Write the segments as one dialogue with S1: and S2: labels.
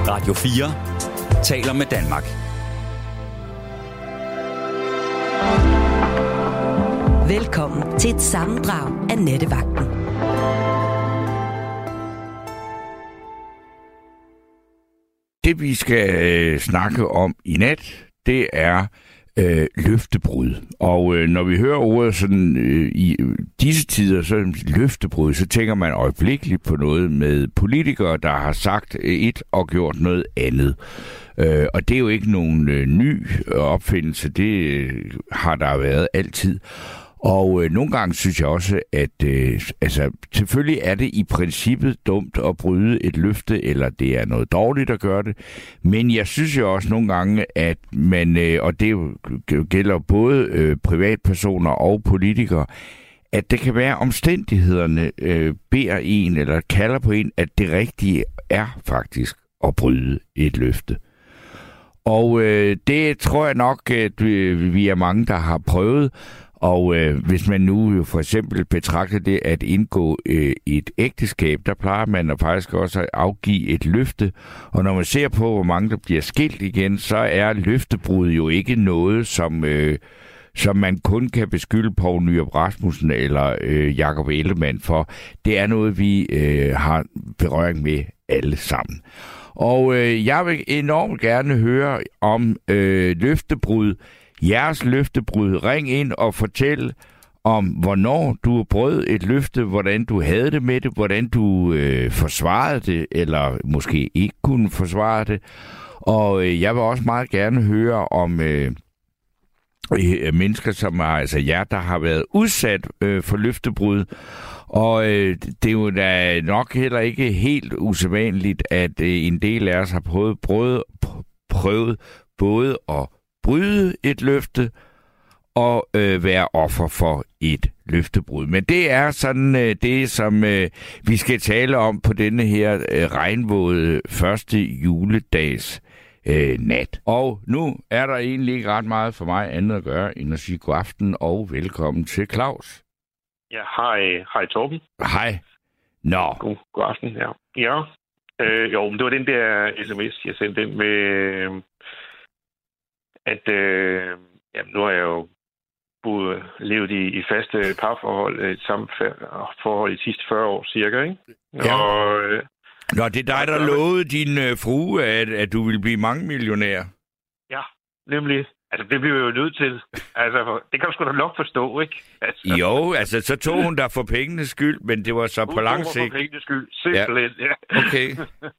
S1: Radio 4 taler med Danmark.
S2: Velkommen til et sammendrag af Nattevagten.
S3: Det vi skal snakke om i nat, det er løftebrud. Og når vi hører ordet sådan i disse tider, så løftebrud, så tænker man øjeblikkeligt på noget med politikere, der har sagt et og gjort noget andet. Og det er jo ikke nogen ny opfindelse, det har der været altid. Og nogle gange synes jeg også, at selvfølgelig er det i princippet dumt at bryde et løfte, eller det er noget dårligt at gøre det. Men jeg synes jo også nogle gange, at man, og det gælder både privatpersoner og politikere, at det kan være omstændighederne beder en, eller kalder på en, at det rigtige er faktisk at bryde et løfte. Og det tror jeg nok, at vi er mange, der har prøvet. Og hvis man nu for eksempel betragter det at indgå et ægteskab, der plejer man faktisk også at afgive et løfte. Og når man ser på, hvor mange der bliver skilt igen, så er løftebrud jo ikke noget, som man kun kan beskylde Poul Nyrup Rasmussen eller Jakob Ellemann for. Det er noget, vi har berøring med alle sammen. Og jeg vil enormt gerne høre om løftebrud. Jeres løftebrud. Ring ind og fortæl om, hvornår du brød et løfte, hvordan du havde det med det, hvordan du forsvarede det, eller måske ikke kunne forsvare det. Og jeg vil også meget gerne høre om mennesker, som har, altså jer, der har været udsat for løftebrud. Og det er jo da nok heller ikke helt usædvanligt, at en del af os har prøvet både at bryde et løfte og være offer for et løftebrud. Men det er sådan det, som vi skal tale om på denne her regnvåde første juledags nat. Og nu er der egentlig ikke ret meget for mig andet at gøre, end at sige god aften og velkommen til Claus.
S4: Ja, hej Torben.
S3: Hej. Nå.
S4: God aften, ja. Ja, jo, men det var den der sms, jeg sendte ind med, at nu har jeg jo levet i faste parforhold, et forhold i de sidste 40 år cirka, ikke?
S3: Ja. Nå, det er dig, der lovede din frue, at du ville blive mangemillionær.
S4: Ja, nemlig. Altså, det bliver jo nødt til. Altså, det kan du sgu da nok forstå, ikke? Altså.
S3: Jo, altså, så tog hun der for pengenes skyld, men det var så på lang sigt.
S4: For pengenes skyld, simpelthen, ja.
S3: Okay.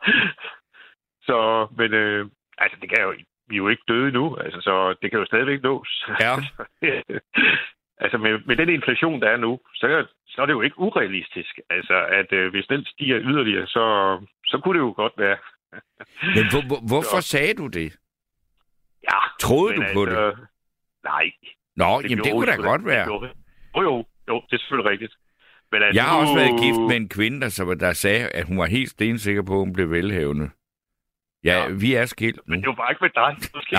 S4: Så, men, altså, det kan jo, vi er jo ikke døde nu, altså, så det kan jo stadigvæk nås.
S3: Ja.
S4: Altså, med den inflation, der er nu, så er det jo ikke urealistisk. Altså, at hvis den stiger yderligere, så kunne det jo godt være.
S3: Men hvorfor sagde du det?
S4: Ja.
S3: Troede du på det?
S4: Nej.
S3: Nå, jamen det kunne da godt være.
S4: Jo, det er selvfølgelig rigtigt. Men altså,
S3: jeg har også været gift med en kvinde, der sagde, at hun var helt stensikker på, at hun blev velhavende. Ja, vi er skilt nu.
S4: Men det var bare ikke med dig, måske.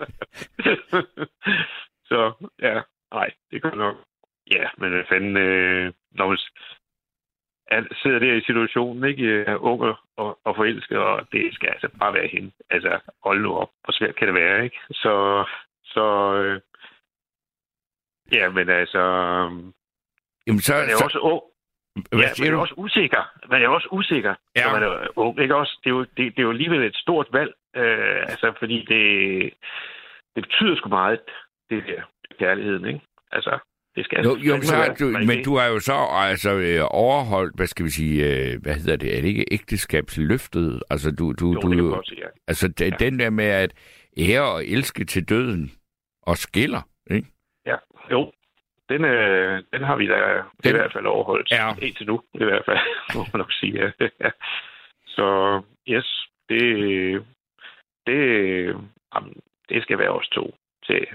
S4: Så, ja. Nej, det kan nok. Ja, men hvad fanden, når man sidder der i situationen, ikke? Unge og forelsket, og det skal altså bare være hende. Altså, hold nu op. Hvor svært kan det være, ikke? Så ja, men altså.
S3: Jamen, så
S4: man er jo også ung. Ja, man er også usikker.
S3: Ja.
S4: Når man er ung, ikke også? Det er jo alligevel et stort valg. Altså, fordi det betyder sgu meget, det der kærligheden, ikke? Altså, det skal
S3: men du har jo så overholdt, hvad skal vi sige, hvad hedder det? Er det ikke ægteskabsløftet? Altså,
S4: det kan du godt sige, ja.
S3: Altså, den der med at ære og elske til døden og skiller, ikke?
S4: Ja, jo. Den har vi da i hvert fald overholdt.
S3: Ja.
S4: Indtil nu, i hvert fald, må man nok sige. Ja. Så, yes, det skal være os to til.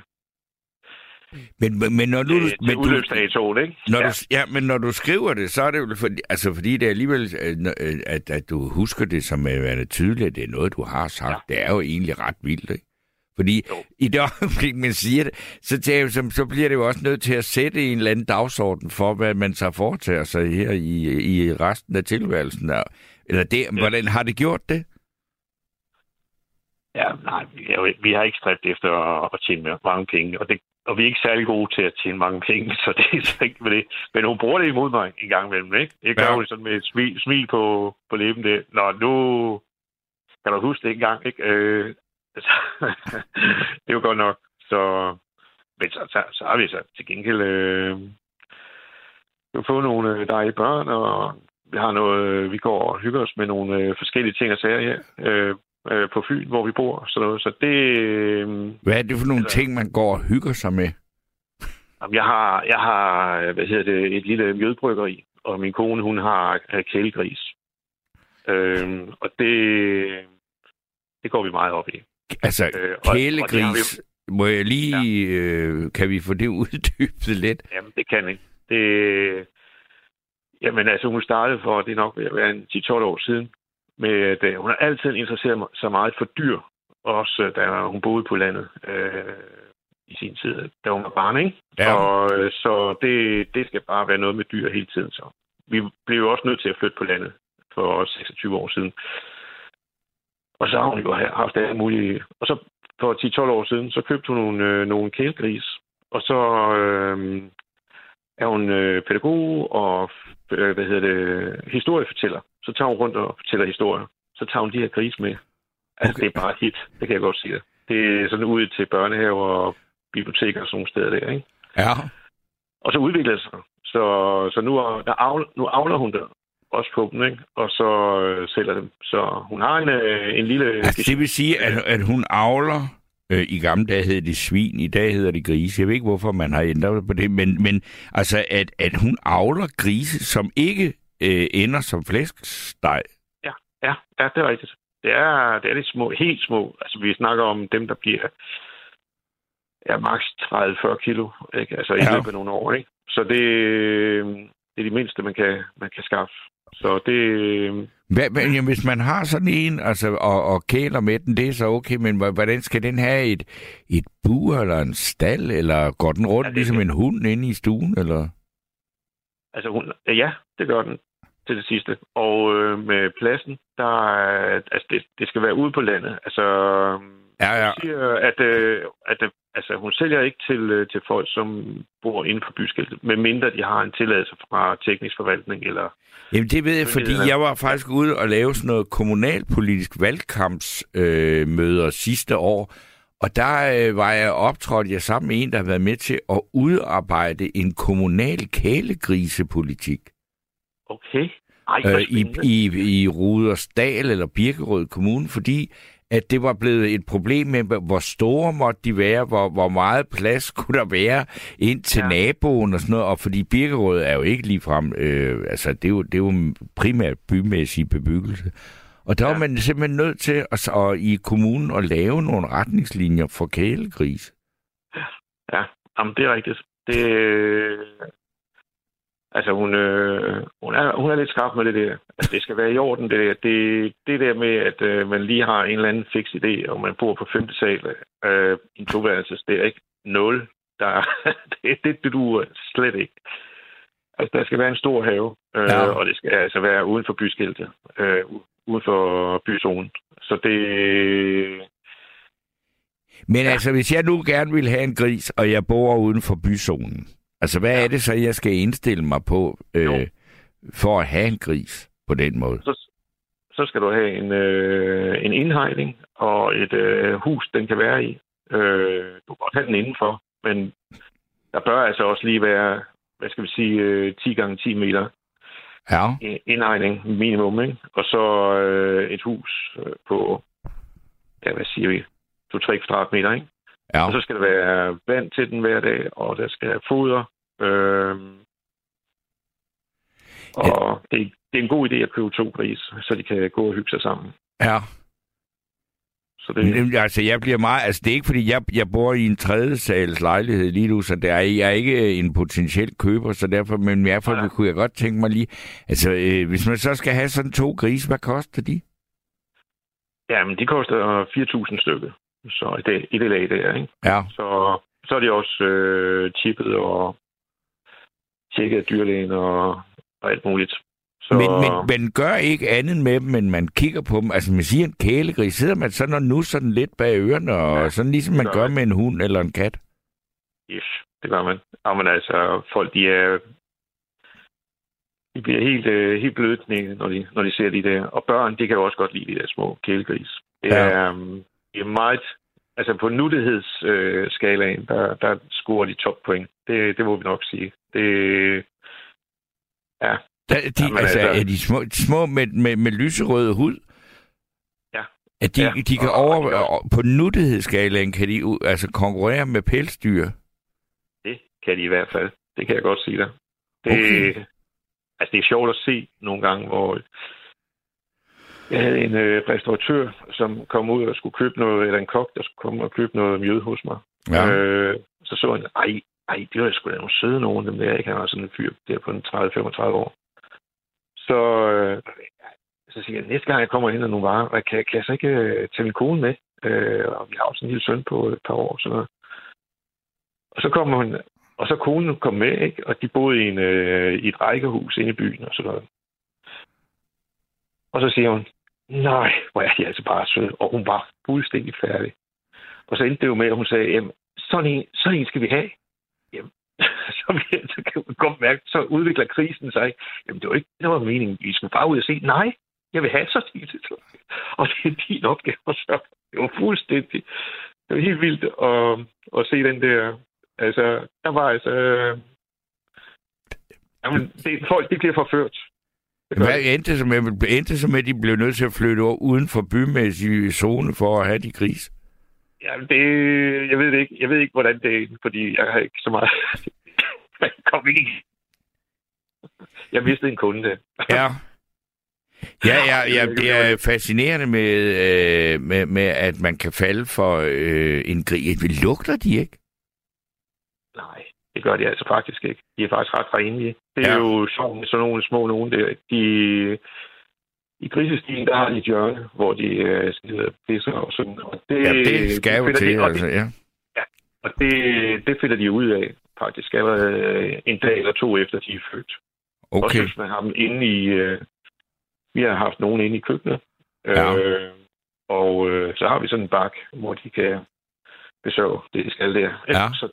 S3: Men når du
S4: udløbsdatoen, ikke?
S3: Men når du skriver det, så er det jo fordi det er alligevel at du husker det som er tydeligt, at det er noget du har sagt. Ja. Det er jo egentlig ret vildt, ikke? Fordi i det øjeblik, man siger det, så bliver det jo også nødt til at sætte en eller anden dagsorden for, hvad man så foretager sig her i resten af tilværelsen. Eller det, hvordan har det gjort det?
S4: Ja, nej, vi har ikke stræbt efter at tjene mange penge, og vi er ikke særlig gode til at tjene mange penge, så det er så ikke med det. Men hun bruger det imod mig en gang imellem, ikke? Jeg gør jo sådan med et smil på læben det. Nå, nu kan du huske det en gang, ikke? Det er jo godt nok. Men så har vi så til gengæld fået nogle dejlige børn, og vi går og hygger os med nogle forskellige ting og sager her. På Fyn, hvor vi bor, sådan noget. Så det...
S3: Hvad er det for nogle ting, man går og hygger sig med?
S4: Jeg har et lille mjødbryggeri, og min kone, hun har kælegris. Og det går vi meget op i.
S3: Altså, kælegris, må jeg lige... kan vi få det uddybet lidt?
S4: Jamen, det kan ikke. Jamen, altså, hun startede for, det er nok ved at være 10-12 år siden, med at hun har altid interesseret sig meget for dyr, også da hun boede på landet i sin tid, da hun var barn, ikke?
S3: Ja.
S4: Og så det skal bare være noget med dyr hele tiden. Så vi blev jo også nødt til at flytte på landet for 26 år siden. Og så har hun jo haft alt muligt. Og så for 10-12 år siden, så købte hun nogle kælegris, og så er hun pædagog og historiefortæller. Så tager hun rundt og fortæller historier. Så tager hun de her grise med. Altså, okay. Det er bare et hit. Det kan jeg godt sige. Det er sådan ud til børnehaver og biblioteker og sådan nogle steder der, ikke?
S3: Ja.
S4: Og så udvikler det sig. Så nu avler hun der også på dem, ikke? Og så sælger dem. Så hun har en lille...
S3: Altså, det vil sige, at hun avler... I gamle dage hed det svin, i dag hedder det grise. Jeg ved ikke, hvorfor man har ændret på det, men altså, at hun avler grise, som ikke ender som flæskesteg.
S4: Ja, det er rigtigt. Det er lidt små, helt små. Altså, vi snakker om dem, der bliver maks 30-40 kilo, ikke? Altså, i løbet af nogle år, ikke? Så det er de mindste, man kan skaffe. Så det...
S3: Hvis man har sådan en, altså, og kæler med den, det er så okay, men hvordan skal den have et bur eller en stald, eller går den rundt ligesom en hund inde i stuen, eller?
S4: Altså, det gør den til det sidste. Og med pladsen, det skal være ude på landet. Altså, hun siger, at hun sælger ikke til folk, som bor inden for byskiltet, medmindre de har en tilladelse fra teknisk forvaltning eller...
S3: Jamen det ved jeg, fordi jeg var faktisk ude og lave sådan noget kommunalpolitisk valgkampsmøder sidste år, og der var jeg optrådt sammen med en, der havde været med til at udarbejde en kommunal kælegrisepolitik.
S4: Okay.
S3: I Rudersdal eller Birkerød Kommune, fordi at det var blevet et problem med, hvor store måtte de være, hvor meget plads kunne der være ind til naboen og sådan noget, og fordi Birkerød er jo ikke ligefrem, altså det er jo primært bymæssig bebyggelse. Og der var man simpelthen nødt til i kommunen at lave nogle retningslinjer for kælegris.
S4: Ja, jamen det er rigtigt. Altså, hun er lidt skarp med det der. Altså, det skal være i orden, det der med, at man lige har en eller anden fix idé, og man bor på 5. sal i en toværelses, det er ikke 0. Det duer slet ikke. Altså, der skal være en stor have, og det skal altså være uden for byskiltet, uden for byzonen. Så det...
S3: Men altså, hvis jeg nu gerne vil have en gris, og jeg bor uden for byzonen, altså, hvad er det så, jeg skal indstille mig på, for at have en gris på den måde?
S4: Så skal du have en indhegning og et hus, den kan være i. Du kan godt have den indenfor, men der bør altså også lige være, 10 gange 10 meter indhegning minimum, ikke? Og så et hus på, 2-3 kvadratmeter, ikke? Ja. Og så skal der være vand til den hver dag, og der skal være foder. Og det er en god idé at købe 2 grise, så de kan gå og hygge sig sammen.
S3: Ja.
S4: Så det...
S3: Altså, jeg bliver meget... Altså, det er ikke, fordi jeg bor i en 3. sals lejlighed lige nu, så jeg er ikke en potentiel køber, så derfor... Men i hvert fald kunne jeg godt tænke mig lige... Altså, hvis man så skal have sådan 2 grise, hvad koster de?
S4: Jamen, de koster 4.000 stykker. Så i det lag der, ikke?
S3: Ja.
S4: Så er de også chippet og tjekket af dyrlægen og alt muligt.
S3: Så... Men gør ikke andet med dem, end man kigger på dem. Altså, man siger en kælegris. Sidder man sådan og nusser den lidt bag ørerne, og sådan ligesom man gør med en hund eller en kat?
S4: Yes, det gør man. Men altså, folk, de bliver helt blødende, når de ser de der. Og børn, de kan jo også godt lide de der små kælegris. Det er meget... Altså, på nuttighedsskalaen, der scorer de toppoint. Det må vi nok sige. Ja.
S3: Er de små med lyserød hud?
S4: Ja.
S3: At de kan på nuttighedsskalaen kan de konkurrere med pelsdyr? Det
S4: kan de i hvert fald. Det kan jeg godt sige dig. Okay. Altså, det er sjovt at se nogle gange, hvor jeg havde en restauratør, som kom ud og skulle købe noget, eller en kok, der skulle komme og købe noget mjød hos mig. Ja. Så han, det var sgu da nogle søde nogen, dem der. Ikke? Han var sådan en fyr der på 30-35 år. Så siger jeg, næste gang jeg kommer hen og nogle varer, kan jeg så ikke tage min kone med? Og vi har også en lille søn på et par år. Sådan noget. Og så kommer hun, og så konen kom med, ikke? Og de boede i et rækkehus inde i byen og sådan noget. Og så siger hun, nej, hvor er de altså bare søde. Og hun var fuldstændig færdig. Og så endte det jo med, at hun sagde, jamen, sådan en skal vi have. Jamen, så kan man godt mærke, så udvikler krisen sig. Jamen, det var ikke det var meningen. Vi skulle bare ud og se, nej, jeg vil have så tit. Og det er din opgave. Så det var fuldstændig. Det var helt vildt at se den der. Altså, der var jamen, folk, de bliver forført.
S3: Hvad endte så med, at de blev nødt til at flytte over uden for bymæssig zone for at have de gris?
S4: Ja, jeg ved det ikke. Jeg ved ikke, hvordan det er, fordi jeg har ikke så meget... Jeg kom ikke. Jeg mistede en kunde der.
S3: Ja. Det er fascinerende med, at man kan falde for en gris. Lugter de ikke?
S4: Nej, det gør de altså faktisk ikke. De er faktisk ret renlige. Det er jo sjovt med sådan nogle små nogen der. I grisestien, der har de et hjørne, hvor de skider pisser og sådan. Og
S3: det skal jo til, altså, ja.
S4: Ja, og det finder de ud af, faktisk allerede en dag eller to efter, de er født.
S3: Okay.
S4: Og så hvis man har dem inde i... vi har haft nogen inde i køkkenet.
S3: Ja.
S4: Og så har vi sådan en bak, hvor de kan besøge det, de skal der.
S3: Ja.
S4: Så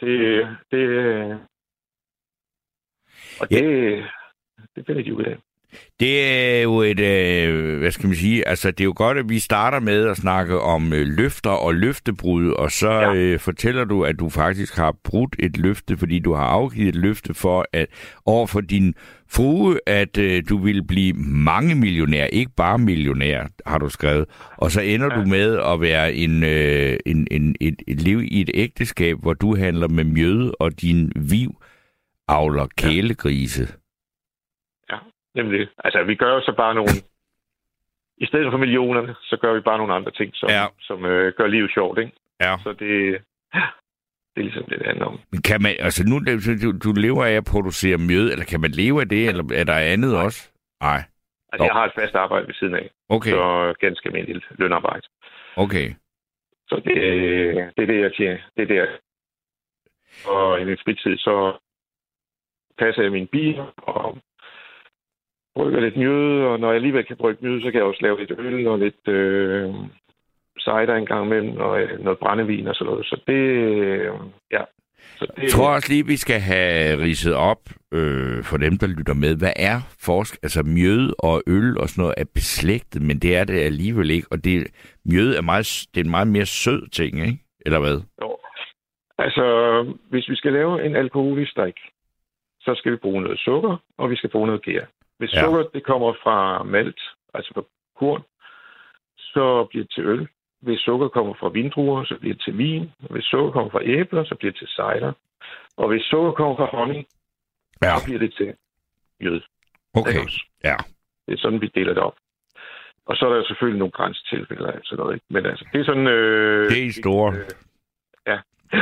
S4: det finder de ud af.
S3: Det er jo hvad skal man sige, altså det er jo godt, at vi starter med at snakke om løfter og løftebrud, og så fortæller du, at du faktisk har brudt et løfte, fordi du har afgivet et løfte for at overfor din frue, at du vil blive mange millionær, ikke bare millionær, har du skrevet. Og så ender du med at være et liv i et ægteskab, hvor du handler med mjød, og din viv avler kælegrise.
S4: Nemlig. Altså, vi gør jo så bare nogle... I stedet for millionerne, så gør vi bare nogle andre ting, som gør livet sjovt, ikke? Ja. Så det er ligesom det handler om.
S3: Men kan man... Altså, nu du lever af at producere mjød, eller kan man leve af det, eller er der andet også? Nej.
S4: Altså, jeg har et fast arbejde ved siden af.
S3: Okay.
S4: Så ganske almindeligt lønarbejde.
S3: Okay.
S4: Så det er det, jeg tjener. Det er det, og i min fritid, så passer jeg mine bier, og brygger lidt mjød, og når jeg alligevel kan brygge mjød, så kan jeg også lave lidt øl og lidt cider en gang imellem, og noget brændevin og sådan noget. Så det, Så det... Jeg
S3: tror også lige, vi skal have ridset op for dem, der lytter med. Hvad er altså mjød og øl og sådan noget er beslægtet, men det er det alligevel ikke. Og mjød er en meget mere sød ting, ikke? Eller hvad?
S4: Jo. Altså, hvis vi skal lave en alkoholisk drik, så skal vi bruge noget sukker, og vi skal bruge noget gær. Hvis sukker det kommer fra malt, altså fra korn, så bliver det til øl. Hvis sukker kommer fra vindruer, så bliver det til vin. Hvis sukker kommer fra æbler, så bliver det til cider. Og hvis sukker kommer fra honning, så bliver det til mjød.
S3: Okay, ja.
S4: Det er sådan, vi deler det op. Og så er der selvfølgelig nogle grænsetilfælde og sådan noget. Men altså, det er sådan...
S3: det er store.
S4: Ja.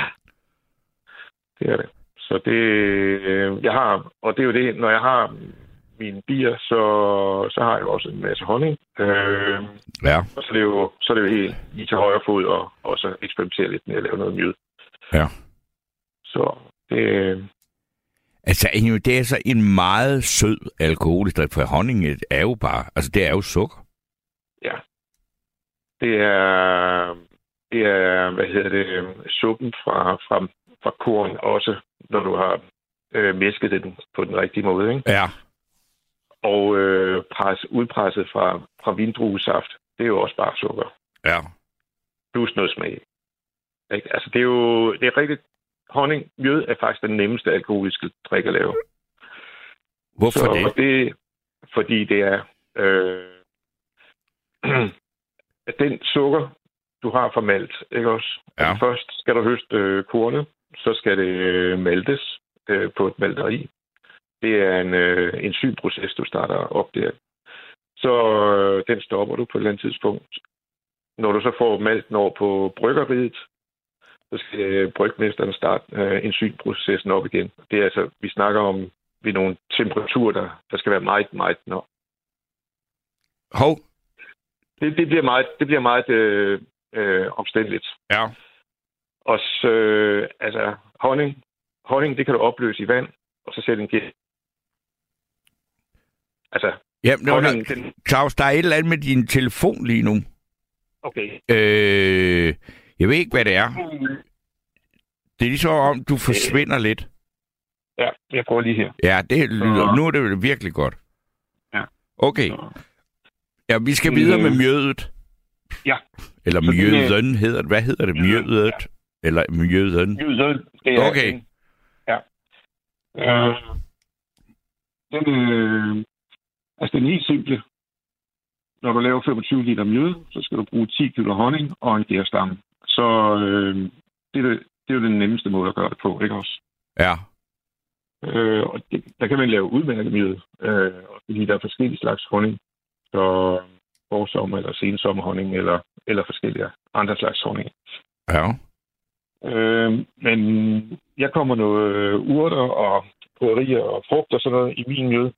S4: Det er det. Så det... jeg har... Og det er jo det, når jeg har mine bier, så har jeg jo også en masse honning. Og så er det jo helt lige til højre fod, og så eksperimentere lidt med at lave noget mjød.
S3: Ja.
S4: Så det...
S3: Altså, det er så en meget sød alkoholisk drik, for honning er jo bare, altså det er jo sukker.
S4: Ja. Det er suppen fra korn også, når du har mæsket den på den rigtige måde, ikke?
S3: Ja.
S4: Og udpresset fra vindruesaft, det er jo også bare sukker.
S3: Ja.
S4: Plus noget smag. Ikke? Altså, det er rigtigt. Honning, mjød er faktisk den nemmeste alkoholiske drik at lave.
S3: Hvorfor det?
S4: Fordi det er den sukker, du har fra malt, ikke også?
S3: Ja.
S4: Altså, først skal du høste kornet, så skal det maltes på et malteri. Det er en sygproces, du starter op der. Så den stopper du på et eller andet tidspunkt. Når du så får malten over på bryggeriet, så skal brygmesteren starte enzymprocessen op igen. Det er altså, vi snakker om ved nogle temperaturer, der skal være meget, meget nok.
S3: Hov.
S4: Det bliver meget omstændeligt.
S3: Ja.
S4: Og så, altså, honning, det kan du opløse i vand, og så sætte en gæst. Altså,
S3: jamen, Claus, der er et eller andet med din telefon lige nu.
S4: Okay.
S3: Jeg ved ikke, hvad det er. Det er ligesom om, du forsvinder lidt.
S4: Ja, jeg prøver lige her.
S3: Ja, det lyder. Nu er det virkelig godt.
S4: Ja.
S3: Okay. Ja, vi skal videre med mjødet.
S4: Ja.
S3: Eller mjøden hedder det. Hvad hedder det? Mjødet? Ja. Eller mjøden?
S4: Mjøden, det er...
S3: Okay.
S4: Ja. Den er helt simple. Når du laver 25 liter mjød, så skal du bruge 10 kilo honning og en gærstamme. Så det er jo den nemmeste måde at gøre det på, ikke også?
S3: Ja.
S4: Og der kan man lave udmærket mjød, fordi der er forskellige slags honning. Så forsommer eller sensommerhonning eller forskellige andre slags honning.
S3: Ja.
S4: Men jeg kommer noget urter og krydderier og frugt og sådan noget i min mjød.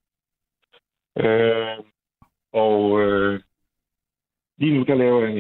S4: Lige nu der laver jeg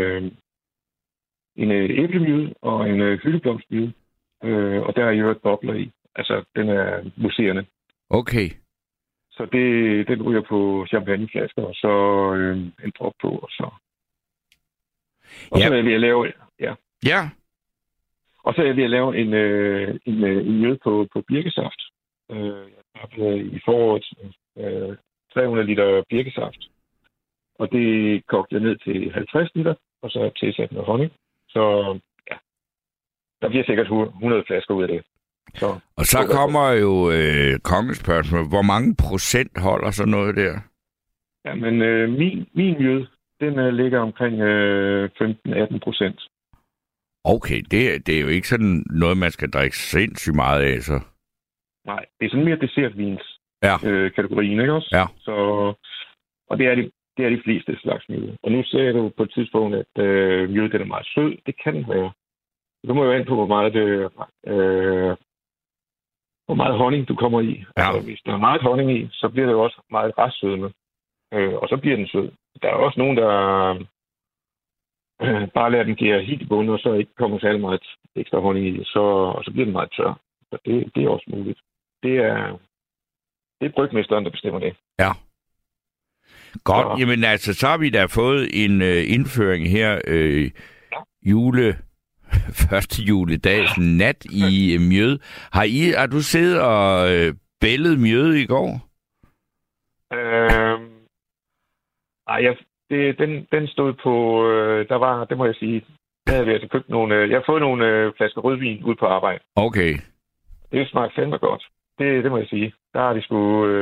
S4: en æblemjød og en hyldeblomstmjød. Og der er jo et bobler i. Altså, den er muserende.
S3: Okay.
S4: Så den ryger på champagneflasker, og så en drop på, og så... Og så er jeg ved at lave... Ja.
S3: Ja.
S4: Og så er jeg ved at lave en mjød på birkesaft. Jeg har i foråret 300 liter birkesaft. Og det kogte jeg ned til 50 liter, og så tilsat noget honning. Så ja, der bliver sikkert 100 flasker ud af det.
S3: Og så kommer jo kongespørgsmål. Hvor mange procent holder så noget der?
S4: Ja, men min mjød, den ligger omkring 15-18%.
S3: Okay, det er jo ikke sådan noget, man skal drikke sindssygt meget af, så. Nej,
S4: det er sådan mere dessertvins kategorien, ikke også?
S3: Ja.
S4: Så, og det er de fleste slags mjød. Og nu ser du på et tidspunkt, at mjød den er meget sød. Det kan den være. Det må jo an på, hvor meget honning du kommer i.
S3: Ja.
S4: Altså, hvis der er meget honning i, så bliver det jo også meget restsødme. Og så bliver den sød. Der er også nogen, der bare lader den gære helt i bunden, og så ikke kommer særlig meget ekstra honning i, og så bliver den meget tør. Så det er også muligt. Det er brygmesteren, der bestemmer det.
S3: Ja. Godt. Jamen altså, så har vi da fået en indføring her første juledags nat i mjød. Har du siddet og bællet mjød i går? Den stod på, det må jeg sige, der havde vi altså købt jeg har fået nogle flasker rødvin ud på arbejde. Okay.
S4: Det smagte fandme godt. Det må jeg sige. Der har de sgu...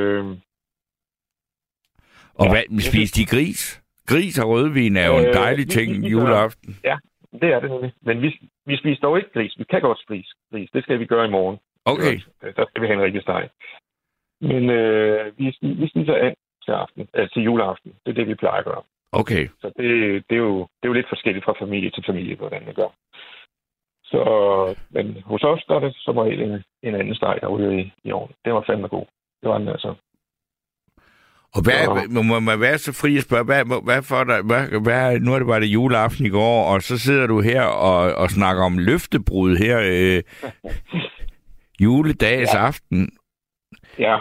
S3: Og hvad, spiste de gris? Gris og rødvin er jo en dejlig ting juleaften.
S4: Ja, det er det nemlig. Men vi spiser dog ikke gris. Vi kan godt spise gris. Det skal vi gøre i morgen.
S3: Okay.
S4: Der skal vi have en rigtig steg. Men vi spiser and til aften, til juleaften. Det er det, vi plejer at gøre.
S3: Okay.
S4: Så det er jo lidt forskelligt fra familie til familie, hvordan man gør. Så, men hos os, der er det som regel en anden steg derude i ovnen. Det var fandme god. Det var den altså.
S3: Og må man være så fri at spørge, hvad for dig, nu er det bare det juleaften i går, og så sidder du her og snakker om løftebrud her juledags aften.
S4: Ja.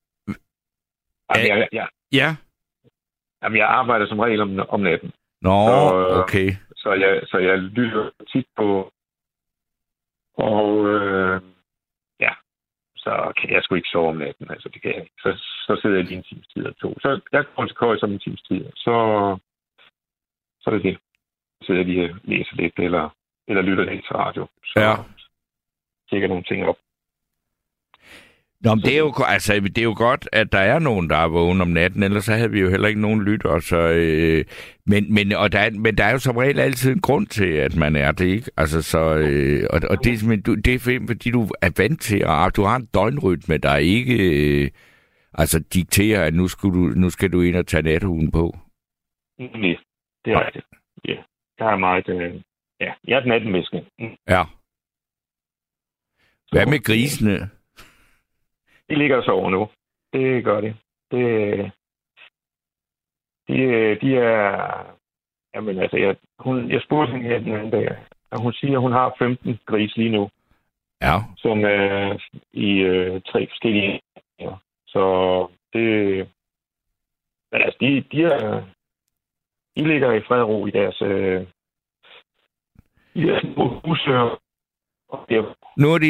S3: Ja.
S4: Jamen, jeg arbejder som regel om natten.
S3: Nå, okay.
S4: Så jeg lytter tit på, og så kan jeg sgu ikke sove om natten. Altså, det kan jeg ikke. Så sidder jeg lige en times tid eller to. Så jeg går til køj som en times tid, så er det det. Så sidder jeg lige og læser lidt, eller lytter lidt til radio. Så tjekker nogle ting op.
S3: Nå, men det er jo godt, at der er nogen, der er vågen om natten, ellers så havde vi jo heller ikke nogen lyttere. Så, men der er jo som regel altid en grund til, at man er det, ikke? Altså, så, og det er simpelthen, det er fordi du er vant til, at du har en døgnrytme, der ikke dikterer, at nu skal du ind og tage nathugen på.
S4: Nej, det er rigtigt. Ja. Jeg er meget... jeg er et nattenvæske.
S3: Ja. Hvad med grisene?
S4: De ligger og sover nu. Det gør de. De er... Jamen altså, jeg spurgte hende her den anden dag, og hun siger, at hun har 15 gris lige nu.
S3: Ja.
S4: Som er i 3 forskellige... Ja. Så det... Altså, de ligger i fred og ro i deres... husør.
S3: Nu er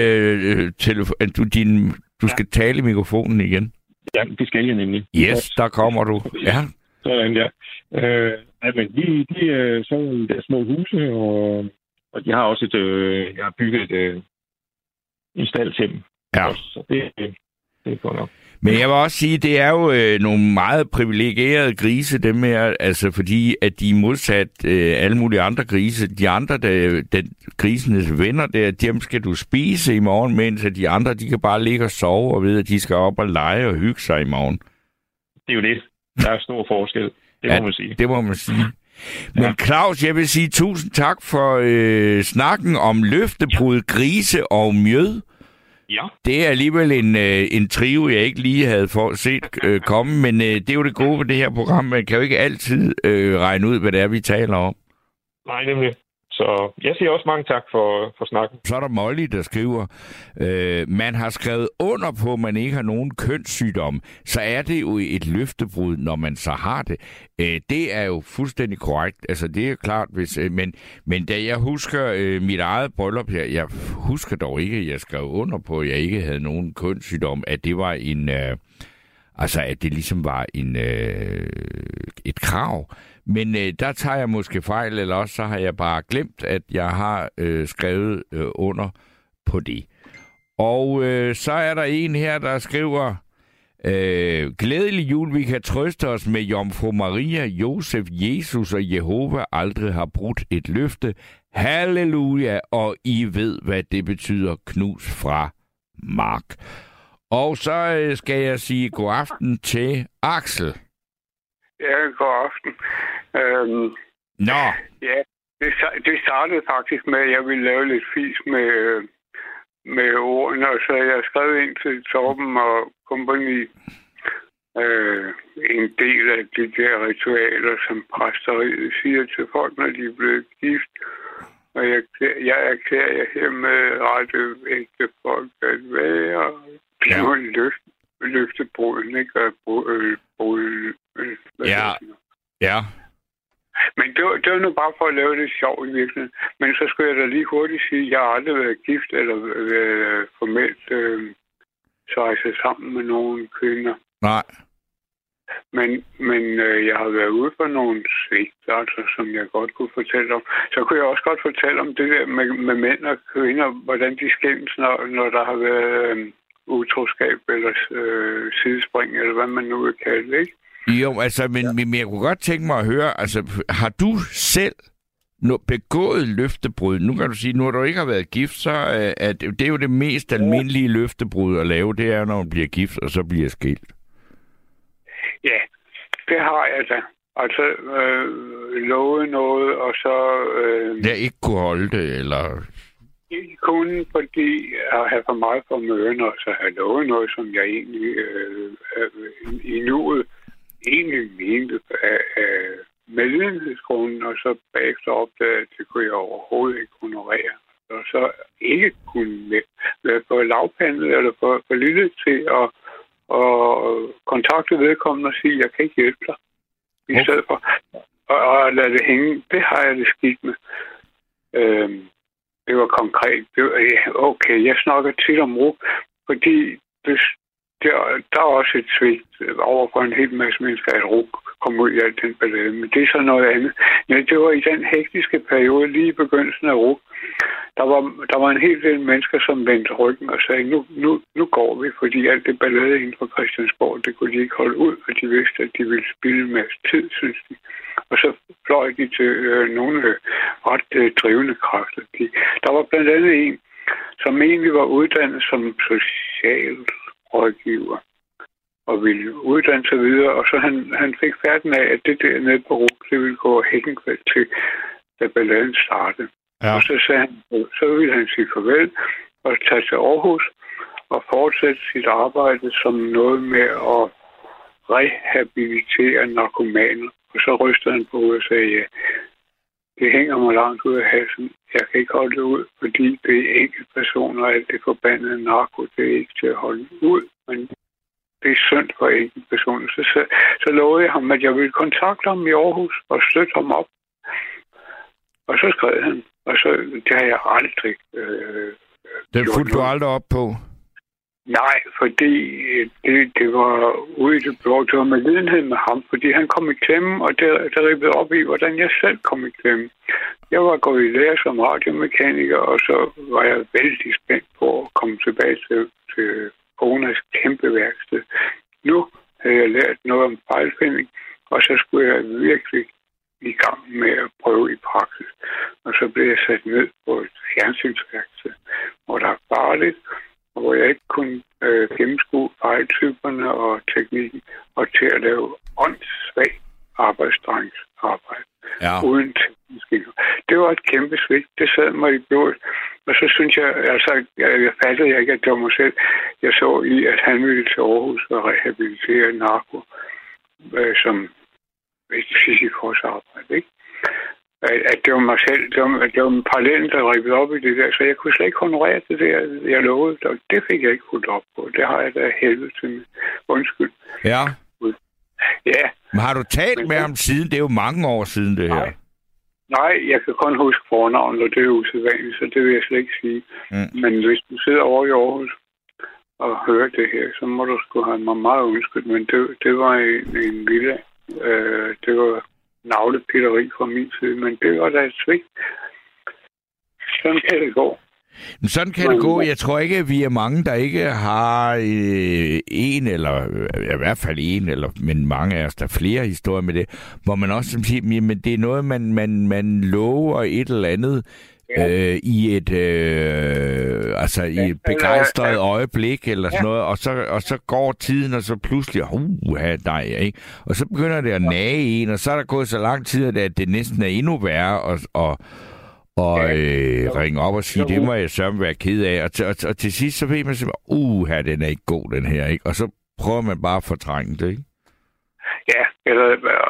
S3: du skal tale i mikrofonen igen.
S4: Ja, det skal jeg nemlig.
S3: Yes, der kommer du. Ja.
S4: Sådan, ja. Men de er så i deres små huse, og de har også jeg har bygget en stald til dem.
S3: Ja.
S4: Også, så det er godt nok.
S3: Men jeg vil også sige, det er jo nogle meget privilegerede grise, dem her, altså fordi, at de er modsat alle mulige andre grise. De andre, grisenes venner der, dem skal du spise i morgen, mens de andre, de kan bare ligge og sove og vide, at de skal op og lege og hygge sig i morgen.
S4: Det er jo det. Der er stor forskel. Det må man sige.
S3: Det må man sige. Men Claus, jeg vil sige tusind tak for snakken om løftebrud, grise og mjød.
S4: Ja.
S3: Det er alligevel en trio, jeg ikke lige havde set komme, men det er jo det gode ved det her program. Man kan jo ikke altid regne ud, hvad det er, vi taler om.
S4: Nej, nemlig. Så jeg siger også mange tak for snakken.
S3: Så er der Molly, der skriver, man har skrevet under på, at man ikke har nogen kønssygdom, så er det jo et løftebrud, når man så har det. Det er jo fuldstændig korrekt. Altså, det er klart, men da jeg husker mit eget bryllup her, jeg husker dog ikke, at jeg skrev under på, at jeg ikke havde nogen kønssygdom, at det var at det ligesom var et krav. Men der tager jeg måske fejl, eller også så har jeg bare glemt, at jeg har skrevet under på det. Og så er der en her, der skriver, glædelig jul, vi kan trøste os med Jomfru Maria, Josef, Jesus og Jehova aldrig har brudt et løfte. Halleluja, og I ved, hvad det betyder, knus fra Mark. Og så skal jeg sige god aften til Axel.
S5: Ja, god aften.
S3: Nå.
S5: Ja, det startede faktisk med, at jeg ville lave lidt fis med ordene, og så jeg skrev ind til Torben og kompagni en del af de der ritualer, som præsteriet siger til folk, når de er blevet gift. Og jeg erklærer jer hermed rette ægte folk at være løftebruden, ikke?
S3: Ja.
S5: Men det var nu bare for at lave det sjovt i virkeligheden. Men så skulle jeg da lige hurtigt sige, at jeg har aldrig været gift eller været formelt svejset sammen med nogle kvinder.
S3: Nej.
S5: Men jeg har været ude for nogle svigt, altså, som jeg godt kunne fortælle om. Så kunne jeg også godt fortælle om det der med mænd og kvinder, hvordan de skændes, når der har været utroskab eller sidespring, eller hvad man nu vil kalde det, ikke?
S3: Jo, altså, men jeg kunne godt tænke mig at høre, altså, har du selv begået løftebrud? Nu kan du sige, når du ikke har været gift, så det er jo det mest almindelige løftebrud at lave, det er, når man bliver gift, og så bliver skilt.
S5: Ja, det har jeg da. Altså, lovet noget, og så...
S3: Jeg ikke kunne holde det, eller...
S5: Ikke kun fordi jeg har for meget for møren, og så have lovet noget, som jeg egentlig i nuet egentlig mente af medlidenhedsgrunden, og så bagefter opdagede, at det kunne jeg overhovedet ikke honorere. og så ikke kunne være for lavpandet eller for lille til at kontakte vedkommende og sige, jeg kan ikke hjælpe dig. I stedet for at lade det hænge, det har jeg det skidt med. Det var konkret. Okay, jeg snakker tit om RUC, fordi der er også et svigt over for en hel masse mennesker, at RUC kom ud i alt den ballade. Men det er så noget andet. Men det var i den hektiske periode, lige i begyndelsen af RUC, der var en hel del mennesker, som vendte ryggen og sagde, nu går vi, fordi alt det ballade inden for Christiansborg, det kunne de ikke holde ud, og de vidste, at de ville spilde en masse tid, synes de. Og så fløj de til nogle ret drivende kræfter. Der var blandt andet en, som egentlig var uddannet som socialrådgiver og ville uddanne sig videre, og så han fik færden af, at det der nede på RUC, det ville gå hækkenkvæld til, da balladen startede. Ja. Og så sagde han, så ville han sige farvel og tage til Aarhus og fortsætte sit arbejde som noget med at rehabilitere narkomaner. Og så rystede han på og sagde, ja, det hænger mig langt ud af halsen. Jeg kan ikke holde det ud, fordi det er enkeltpersoner og alt det forbandede narko. Det er ikke til at holde ud, men det er synd for enkeltpersoner. Så lovede jeg ham, at jeg ville kontakte ham i Aarhus og støtte ham op. Og så skrev han. Og så, det har jeg aldrig
S3: det fulgte du aldrig op på?
S5: Nej, fordi det var ude i det blå. Det var med lidenhed med ham, fordi han kom i klemme, og det ribbede op i, hvordan jeg selv kom i klemme. Jeg var gået i lære som radiomekaniker, og så var jeg vældig spændt på at komme tilbage til Konas kæmpe værksted. Nu havde jeg lært noget om fejlfinding, og så skulle jeg virkelig i gang med at prøve i praksis. Og så blev jeg sat ned på et fjernsynsværksted, hvor der er farligt, og hvor jeg ikke kunne gennemskue fejltyperne og teknikken, og til at lave åndssvag arbejdsdrengsarbejde. Ja. Uden teknisk. Det var et kæmpe svigt. Det sad mig i blodet. Og så synes jeg, jeg fattede ikke, at det var mig selv. Jeg så i, at han ville til Aarhus og rehabilitere narko, som et fysikors arbejde, ikke? At det var mig selv, det var en parallel, der ribbede op i det der, så jeg kunne slet ikke honorere det der, jeg lovede, og det fik jeg ikke fuldt op på. Det har jeg da helvede til mig. Undskyld.
S3: Ja.
S5: Ja.
S3: Men har du talt med ham siden? Det er jo mange år siden, det her.
S5: Nej, jeg kan kun huske fornavnet, og det er usædvanligt, så det vil jeg slet ikke sige. Men hvis du sidder over i Aarhus og hører det her, så må du sgu have mig meget undskyld, men det var en villa. Det var navlepilleri fra min side, men det var da et svigt. Sådan kan det gå.
S3: Men sådan kan det gå. Jeg tror ikke, at vi er mange, der ikke har en, eller i hvert fald en, men mange af os, der er flere historier med det, hvor man også siger, men det er noget, man lover et eller andet i et i et begejstret øjeblik eller sådan noget, og så går tiden, og så pludselig nej, ikke? Og så begynder det at nage en, og så er der gået så lang tid, at det næsten er endnu værre og ringe op og sige, det må jeg sørme være ked af. Og til sidst, så ved man simpelthen, den er ikke god, den her, ikke? Og så prøver man bare at fortrænge det, ikke?
S5: Ja, eller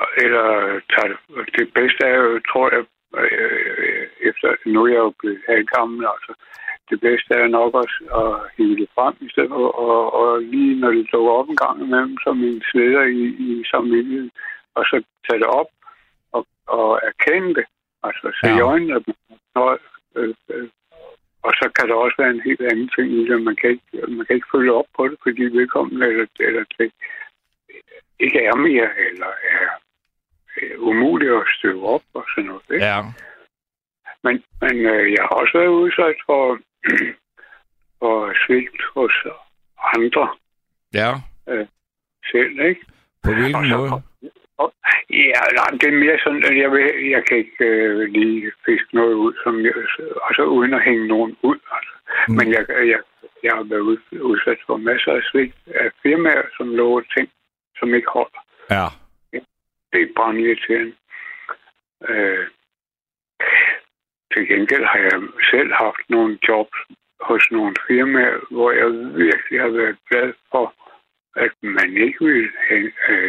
S5: det bedste er jo, tror jeg, efter nu er jeg jo blevet halvgammel, altså det bedste er nok også at hive det frem i stedet for, og lige når det dukker op en gang imellem, som en sveder i familien, og så tage det op og erkende det, altså se i øjnene, og så kan der også være en helt anden ting i det, man kan ikke følge op på det, fordi vedkommende eller det ikke er mere, eller er umuligt at støve op og sådan noget. Ikke? Ja. Men jeg har også været udsat for svigt hos andre. Ja. Selv, ikke?
S3: På hvilken måde?
S5: Ja, det er mere sådan, at jeg kan ikke lige fiske noget ud, altså uden at hænge nogen ud. Altså. Men jeg har været udsat for masser af svigt af firmaer, som lover ting, som ikke holder. Ja. Det er brandirriterende. Til gengæld har jeg selv haft nogle jobs hos nogle firmaer, hvor jeg virkelig har været glad for, at man ikke vil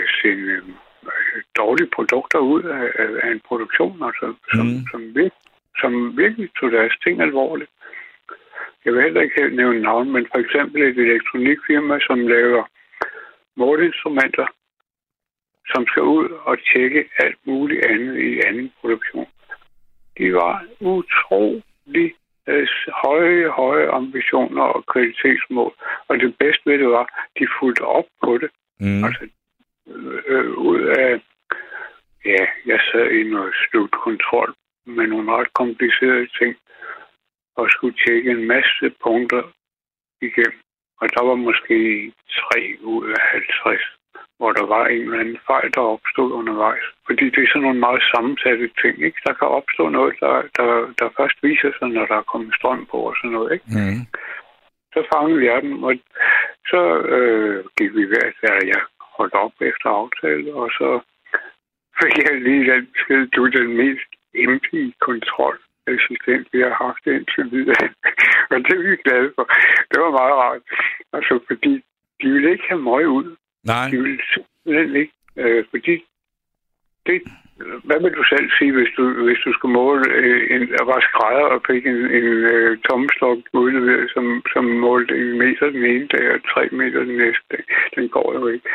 S5: sende dårlige produkter ud af en produktion, altså, som virkelig tog deres ting alvorligt. Jeg vil heller ikke nævne navn, men for eksempel et elektronikfirma, som laver måleinstrumenter, som skal ud og tjekke alt muligt andet i anden produktion. De var utrolig høje ambitioner og kvalitetsmål. Og det bedste ved det var, de fulgte op på det. Altså, ud af... Ja, jeg sad i noget slutkontrol med nogle ret komplicerede ting og skulle tjekke en masse punkter igennem. Og der var måske 3 ud af 50, hvor der var en eller anden fejl, der opstod undervejs. Fordi det er sådan nogle meget sammensatte ting, ikke? Der kan opstå noget, der først viser sig, når der er kommet strøm på og sådan noget, ikke? Så fangede jeg dem, og så gik vi hver der, jeg holdt op efter aftale, og så fik jeg lige den besked, du er den mest empige kontrolassistent, vi har haft indtil videre. Og det er vi glade for. Det var meget rart. Altså, fordi de ville ikke have møg ud.
S3: Nej.
S5: De ville simpelthen ikke. Fordi det... Hvad vil du selv sige, hvis du skulle måle der var skrædder og fik en tommestok udleveret, som målte 1 meter den ene dag og 3 meter den næste dag? Den går jo ikke.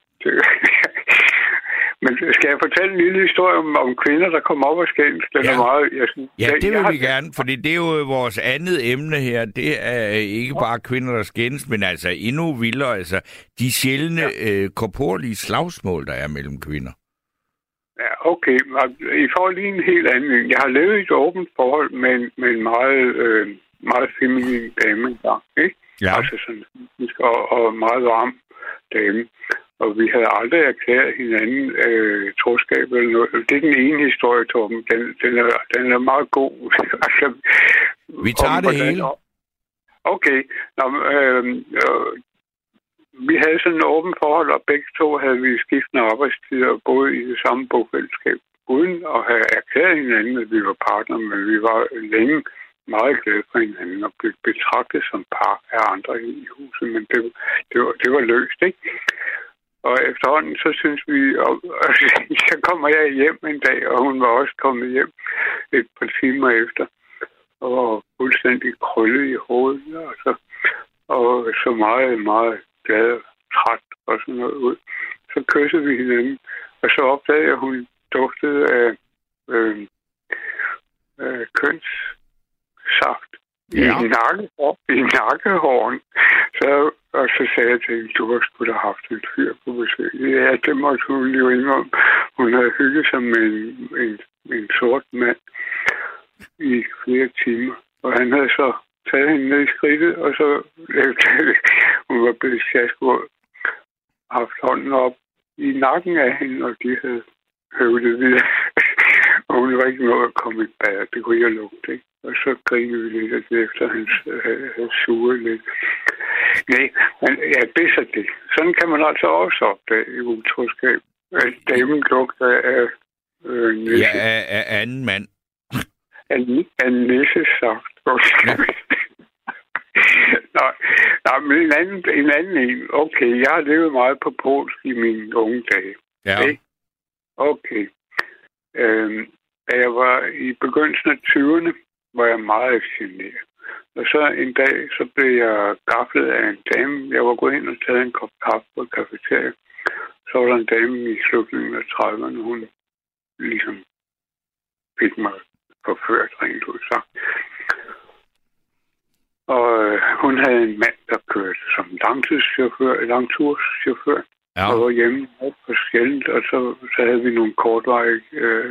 S5: Men skal jeg fortælle en lille historie om kvinder, der kommer op og skændes? Den er meget...
S3: Det vil vi gerne, for det er jo vores andet emne her. Det er ikke bare kvinder, der skændes, men altså endnu vildere. Altså de sjældne korporlige slagsmål, der er mellem kvinder.
S5: Ja, okay. I får lige en helt anden. Jeg har levet i et åbent forhold med en meget feminin dame engang, ikke? Ja. Altså sådan og meget varm dame. Og vi havde aldrig erklæret hinanden troskab eller noget. Det er den ene historie, Torben. Den er meget god. Altså,
S3: vi tager det hele.
S5: Okay. Vi havde sådan en åben forhold, og begge to havde vi skiftende arbejdstider og boede i det samme bofællesskab. Uden at have erklæret hinanden, at vi var partner, men vi var længe meget glade for hinanden og blev betragtet som par af andre i huset. Men det var løst, ikke? Og efterhånden, så synes vi, så kommer jeg hjem en dag, og hun var også kommet hjem et par timer efter, og var fuldstændig krøllet i hovedet, og så meget, meget glad og træt og sådan noget ud. Så kyssede vi hinanden, og så opdagede jeg, at hun duftede af kønssaft. Ja. I nakkehåren. Og så sagde jeg til hende, du har sgu da haft en fyr på besøg. Ja, det måtte hun jo indrømme. Hun havde hygget sig med en sort mand i flere timer. Og han havde så taget hende ned i skridtet, og så hun var blevet sjasko haft hånden op i nakken af hende, og de havde høvlet videre. Og hun var ikke nået at komme i bad. Det kunne jeg lugte, ikke? Og så grinede vi lidt efter hans suge lidt. Nej, men ja, det er så det. Sådan kan man altså også opdage i utroskab. At damen lugter af nisse.
S3: Ja, af anden mand.
S5: Af nissesaft. Ja. Nej, men en anden. Okay, jeg har levet meget på polsk i mine unge dage.
S3: Ja.
S5: Okay. Da jeg var i begyndelsen af 20'erne, var jeg meget generet. Og så en dag, så blev jeg gaflet af en dame. Jeg var gået ind og taget en kop kaffe på et cafeteria. Så var der en dame i slutningen af 30'erne. Hun ligesom fik mig forført rent ud sagt. Og hun havde en mand, der kørte som langturschauffør. Ja. Og var hjemme på sjældent, og så havde vi nogle kortvarige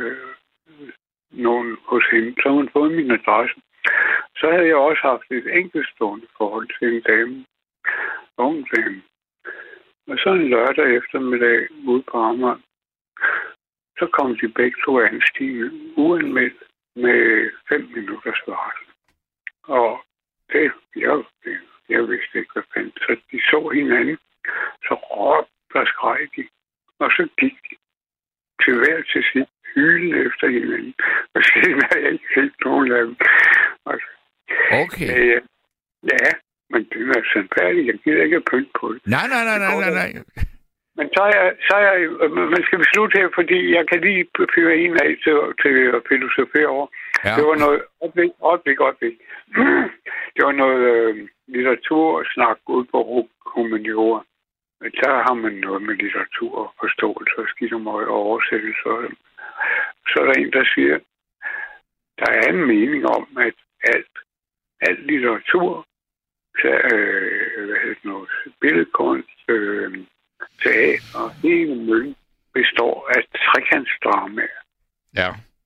S5: nogen hos hende. Så hun fået min adresse. Så havde jeg også haft et enkeltstående forhold til en dame. Ung dame. Og så en lørdag eftermiddag ude på Amager, så kom de begge to anstigende uanmeldt med 5 minutters varsel. Og jeg vidste ikke, hvad fanden. Så de så hinanden, så råbte og skreg de. Og så gik de til hver til sit hylende efter hinanden. Og siden har jeg ikke set nogen af dem. Altså,
S3: okay.
S5: Ja, men det er sådan færdigt. Jeg gider ikke at pynte på det.
S3: Nej.
S5: Men så er jeg, man skal beslutte her, fordi jeg kan lige fyre en af til at filosofere over.
S3: Ja.
S5: Det var noget... Øjeblik. Det var noget litteratursnak ud på humaniora. Der har man noget med litteratur og forståelse og skidt og oversættelse. Så er der en, der siger, der er en mening om, at alt litteratur, billedkunst, teater og hele møllen består af trekantsdramaer.
S3: Ja.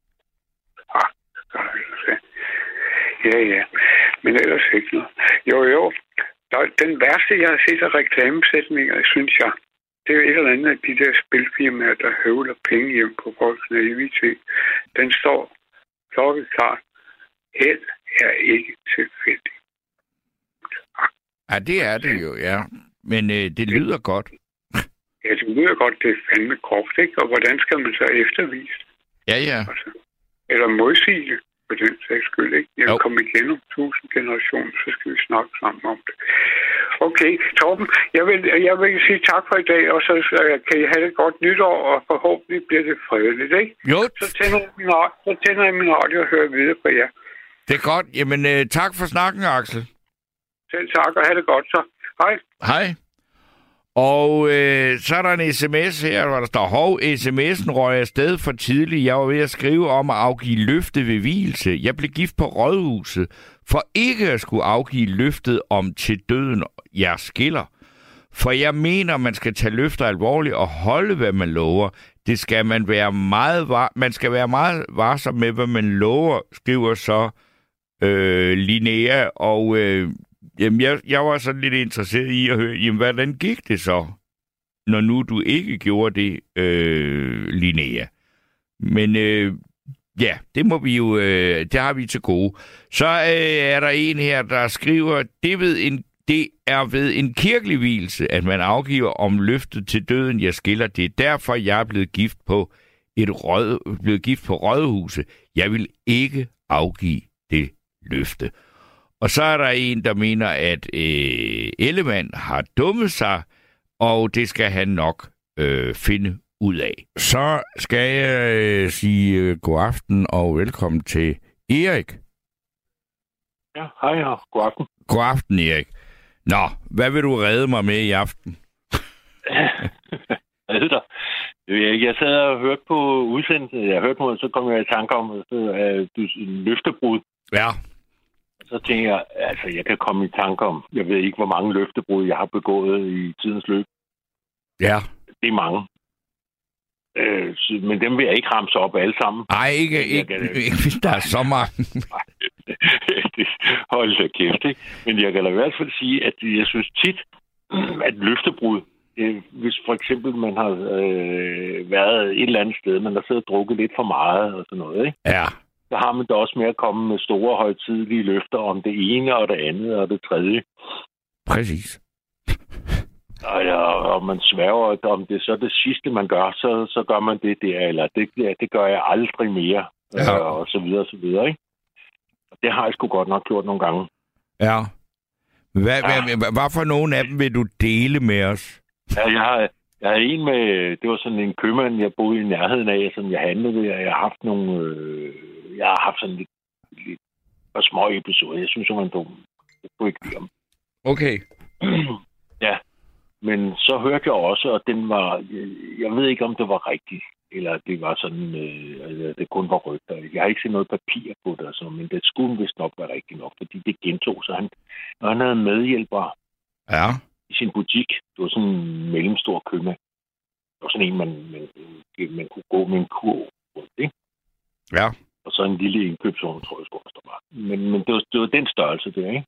S5: Ja. Men ellers ikke noget. Jo. Den værste, jeg har set af reklamesætninger, synes jeg, det er et eller andet af de der spilfirmaer, der høvler penge hjem på folks naivitet. Den står klokkeklart. Held er ikke tilfældigt.
S3: Ja, det er det jo, ja. Men det lyder godt.
S5: Ja, det lyder godt, det er fandme groft, ikke? Og hvordan skal man så eftervise?
S3: Ja.
S5: Altså, eller modsige det, for den sags skyld, ikke? Jeg kommer igennem 1000 generationer, så skal vi snakke sammen om det. Okay, Torben, jeg vil sige tak for i dag, og så kan I have et godt nytår, og forhåbentlig bliver det fredeligt, ikke?
S3: Jo.
S5: Så tænder jeg min radio og hører videre på jer.
S3: Det er godt. Jamen, tak for snakken, Axel.
S5: Selv tak, og have det godt så. Hej.
S3: Hej. Og så er der en sms her, hvor der står, sms'en røg afsted for tidligt. Jeg var ved at skrive om at afgive løfte ved vielse. Jeg blev gift på rådhuset for ikke at skulle afgive løftet om til døden jeg skiller. For jeg mener, man skal tage løfter alvorligt og holde, hvad man lover. Det skal man være man skal være meget varsom med, hvad man lover, skriver så Linnea. Og jamen, jeg var sådan lidt interesseret i at høre, jamen, hvordan gik det så, når nu du ikke gjorde det, Linnea? Men ja, det må vi jo, det har vi til gode. Så er der en her, der skriver, det er ved en kirkelig vielse, at man afgiver om løftet til døden, jeg skiller. Det er derfor, jeg er blevet gift på rådhuset. Jeg vil ikke afgive det løfte. Og så er der en, der mener, at Ellemann har dummet sig, og det skal han nok finde ud af. Så skal jeg sige god aften og velkommen til Erik.
S6: Ja, hej og god aften.
S3: God aften, Erik. Nå, hvad vil du redde mig med i aften?
S6: Jeg sad og hørte på udsendelsen. Jeg hørte på, så kom jeg i tanke om løftebrud.
S3: Ja.
S6: Så tænker jeg, altså jeg kan komme i tanke om, jeg ved ikke, hvor mange løftebrud jeg har begået i tidens løb.
S3: Ja.
S6: Det er mange. Men dem vil jeg ikke ramse op alle sammen.
S3: Nej, ikke hvis der er så mange.
S6: Hold da kæft, ikke? Men jeg kan da i hvert fald sige, at jeg synes tit, at løftebrud, hvis for eksempel man har været et eller andet sted, man har siddet og drukket lidt for meget og sådan noget, ikke?
S3: Ja.
S6: Så har man da også med at komme med store højtidelige løfter om det ene og det andet og det tredje.
S3: Præcis.
S6: Og man sværger, om det så er det sidste, man gør, så gør man det der, eller det gør jeg aldrig mere, og så videre, ikke? Og det har jeg sgu godt nok gjort nogle gange.
S3: Ja. Hvad for nogle af dem vil du dele med os?
S6: Ja, jeg har en med, det var sådan en købmand, jeg boede i nærheden af, som jeg handlede ved, og jeg har haft sådan lidt små episoder. Jeg synes, det var en dum. Jeg kunne ikke lide ham.
S3: Okay.
S6: Ja. Men så hørte jeg også, og den var, jeg ved ikke, om det var rigtigt, eller det var sådan, det kun var rygter. Jeg har ikke set noget papir på det, altså, men det skulle vist nok være rigtigt nok, fordi det gentog sig. Han havde medhjælpere i sin butik. Det var sådan en mellemstor købmand. Det var sådan en, man kunne gå med en kurv rundt, ikke?
S3: Ja.
S6: Og så en lille indkøbsvogn, tror jeg, skulle der var. Men det var den størrelse der, ikke?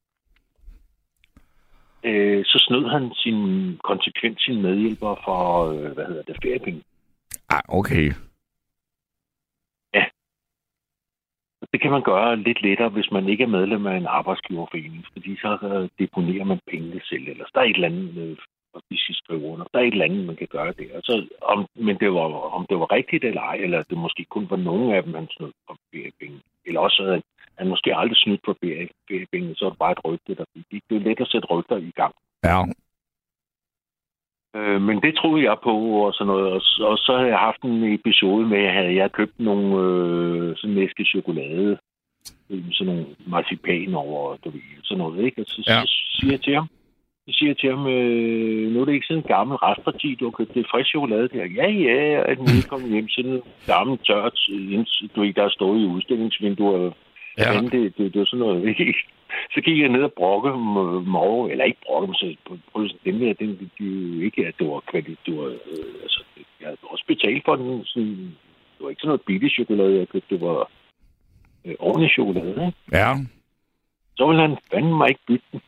S6: Så snød han konsekvent sine medhjælpere for, feriepenge.
S3: Okay.
S6: Ja. Det kan man gøre lidt lettere, hvis man ikke er medlem af en arbejdsgiverforening, fordi så deponerer man pengene selv. Eller der er et eller andet, de skal skrive under. Der er et eller andet, man kan gøre der. Så, men om det var rigtigt eller ej, eller det måske kun var nogen af dem, han snød for feriepenge. Eller også havde han måske aldrig snydt for feriepenge, så er det bare et rygte, der fik. Det er let at sætte rygter i gang.
S3: Ja.
S6: Men det troede jeg på, og sådan noget. Og så havde jeg haft en episode med, at jeg købt nogle sådan en æske chokolade sådan nogle marcipan over, sådan noget, ikke? Og så siger jeg til ham, nu er det ikke sådan en gammel restparti, du har købt det frisk chokolade der. Ja, at den er kommet hjem, sådan en gammel tørt, du ikke der er stået i udstillingsvinduer. Ja. Det var sådan noget, ikke? Så gik jeg ned og brokke morgen, eller ikke brokke, så prøvede dem der, det jo ikke, at det var kvalitet, altså, jeg havde også betalt for den, sådan, det var ikke sådan noget billig chokolade, jeg købte, det var ordentlig chokolade, ikke? Ja. Så ville han fandme mig ikke bytte den.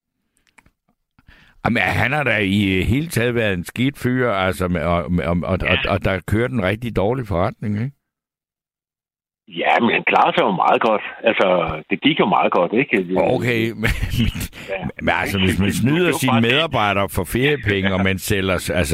S3: Jamen, han har da i hele taget været en skidt fyr, altså, og der kører den rigtig dårlig forretning, ikke?
S6: Ja, men han klarer sig jo meget godt. Altså, det gik jo meget godt, ikke?
S3: Okay, men altså, hvis man snyder sine medarbejdere for feriepenge, og man sælger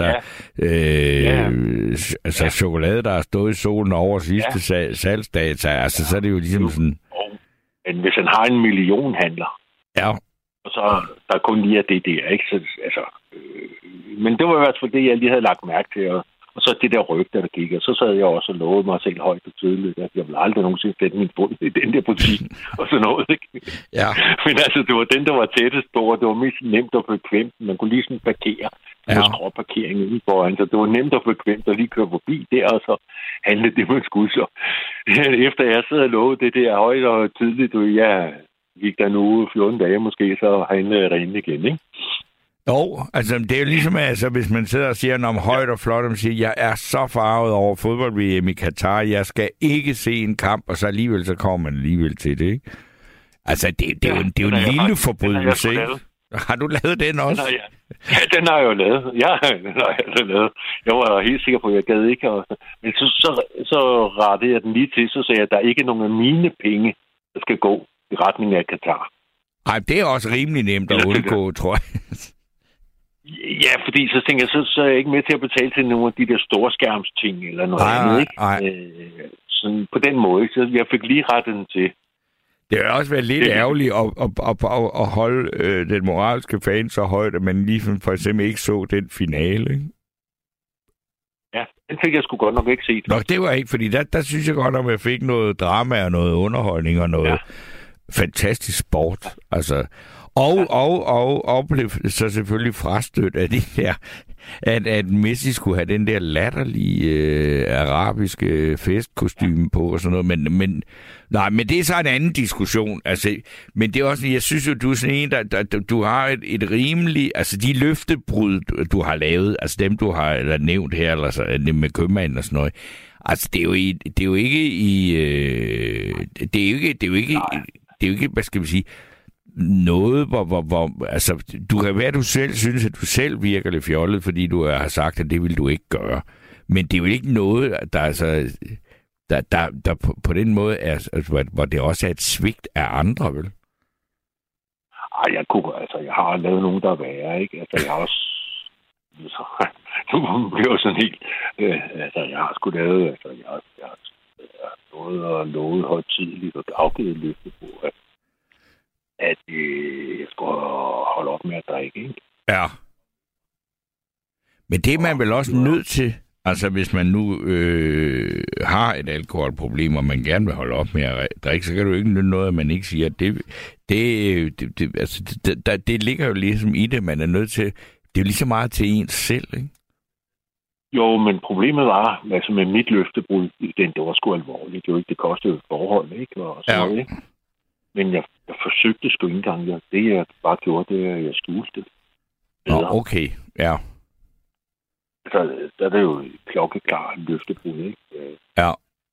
S3: chokolade, der har stået i solen over sidste salgsdata, altså, så er det jo ligesom sådan...
S6: Men hvis han har 1 million handler, og så der kun lige er det der, ikke? Så, altså, men det var i hvert fald det, jeg lige havde lagt mærke til, og så det der rygte, der gik, og så sad jeg også og lovede mig selv højt og tydeligt, at jeg ville aldrig nogensinde sætte min fod i den der butik, og sådan noget, ikke? Ja. Men altså, det var den, der var tættest på, og det var mest nemt og bekvemt. Man kunne lige sådan parkere, skråparkering udenforan, så det var nemt og bekvemt at lige køre forbi der, og så handle det, man skulle. Så efter jeg sad og lovede det der højt og tydeligt, gik der nu 14 dage måske, så handlede jeg derinde igen, ikke?
S3: Jo, altså det er jo ligesom, altså, hvis man sidder og siger noget om højt og flot, og man siger, jeg er så farvet over fodbold-VM i Katar, jeg skal ikke se en kamp, og så alligevel så kommer man alligevel til det, ikke? Altså, det er jo en lille forbrydelse, ikke? Har du lavet den også?
S6: Ja, den har jeg jo lavet. Ja, den har jeg lavet. Jeg var helt sikker på, at jeg gad ikke. Men så rettede jeg den lige til, så sagde jeg, at der er ikke nogen af mine penge, der skal gå i retning af Katar.
S3: Nej, det er også rimelig nemt at undgå, tror jeg.
S6: Ja, fordi så tænker jeg, så er jeg ikke med til at betale til nogle af de der storskærmsting eller noget andet, ikke? Sådan på den måde, så jeg fik lige rettet den til.
S3: Det har også været lidt ærgerligt at holde den moralske fan så højt, at man lige for eksempel ikke så den finale, ikke?
S6: Ja, den fik jeg sgu godt nok ikke set.
S3: Nå, det var ikke, fordi der synes jeg godt nok, at jeg fik noget drama og noget underholdning og noget fantastisk sport, altså... Og blev så selvfølgelig frastødt af det der, at Messi skulle have den der latterlige arabiske festkostyme på og sådan noget. Men det er så en anden diskussion. Altså, men det er også, jeg synes jo, du er sådan en, du har et rimeligt, altså de løftebrud, du har lavet, altså dem, du har nævnt her, eller så, med købmanden og sådan noget. Altså, det er jo ikke, hvad skal vi sige, noget, hvor altså, du kan være, du selv synes, at du selv virker lidt fjollet, fordi du har sagt, at det vil du ikke gøre. Men det er jo ikke noget, der altså, der på den måde er, altså, hvor det også er et svigt af andre, vel?
S6: Ej, jeg har lavet nogen, der er værre, ikke? Altså, jeg har også... Nu bliver jo sådan helt... jeg har sgu lavet... Altså, jeg har noget og lovet højtidligt og afgivet løfte på, at jeg skulle holde op med at drikke, ikke? Ja.
S3: Men det er man vel også nødt til, altså hvis man nu har et alkoholproblem, og man gerne vil holde op med at drikke, så kan du ikke nytte noget, at man ikke siger, at det ligger jo ligesom i det, man er nødt til. Det er jo lige så meget til ens selv, ikke?
S6: Jo, men problemet var, altså med mit løftebrud, det var sgu alvorligt. Det var ikke, det kostede forhold, ikke? Og sådan noget, ikke? Men jeg forsøgte sgu ikke engang. Det jeg bare gjorde, det er, at jeg skjulte det.
S3: Okay, ja.
S6: Altså, der er det jo klokkeklart løftebrud, ikke?
S3: Ja.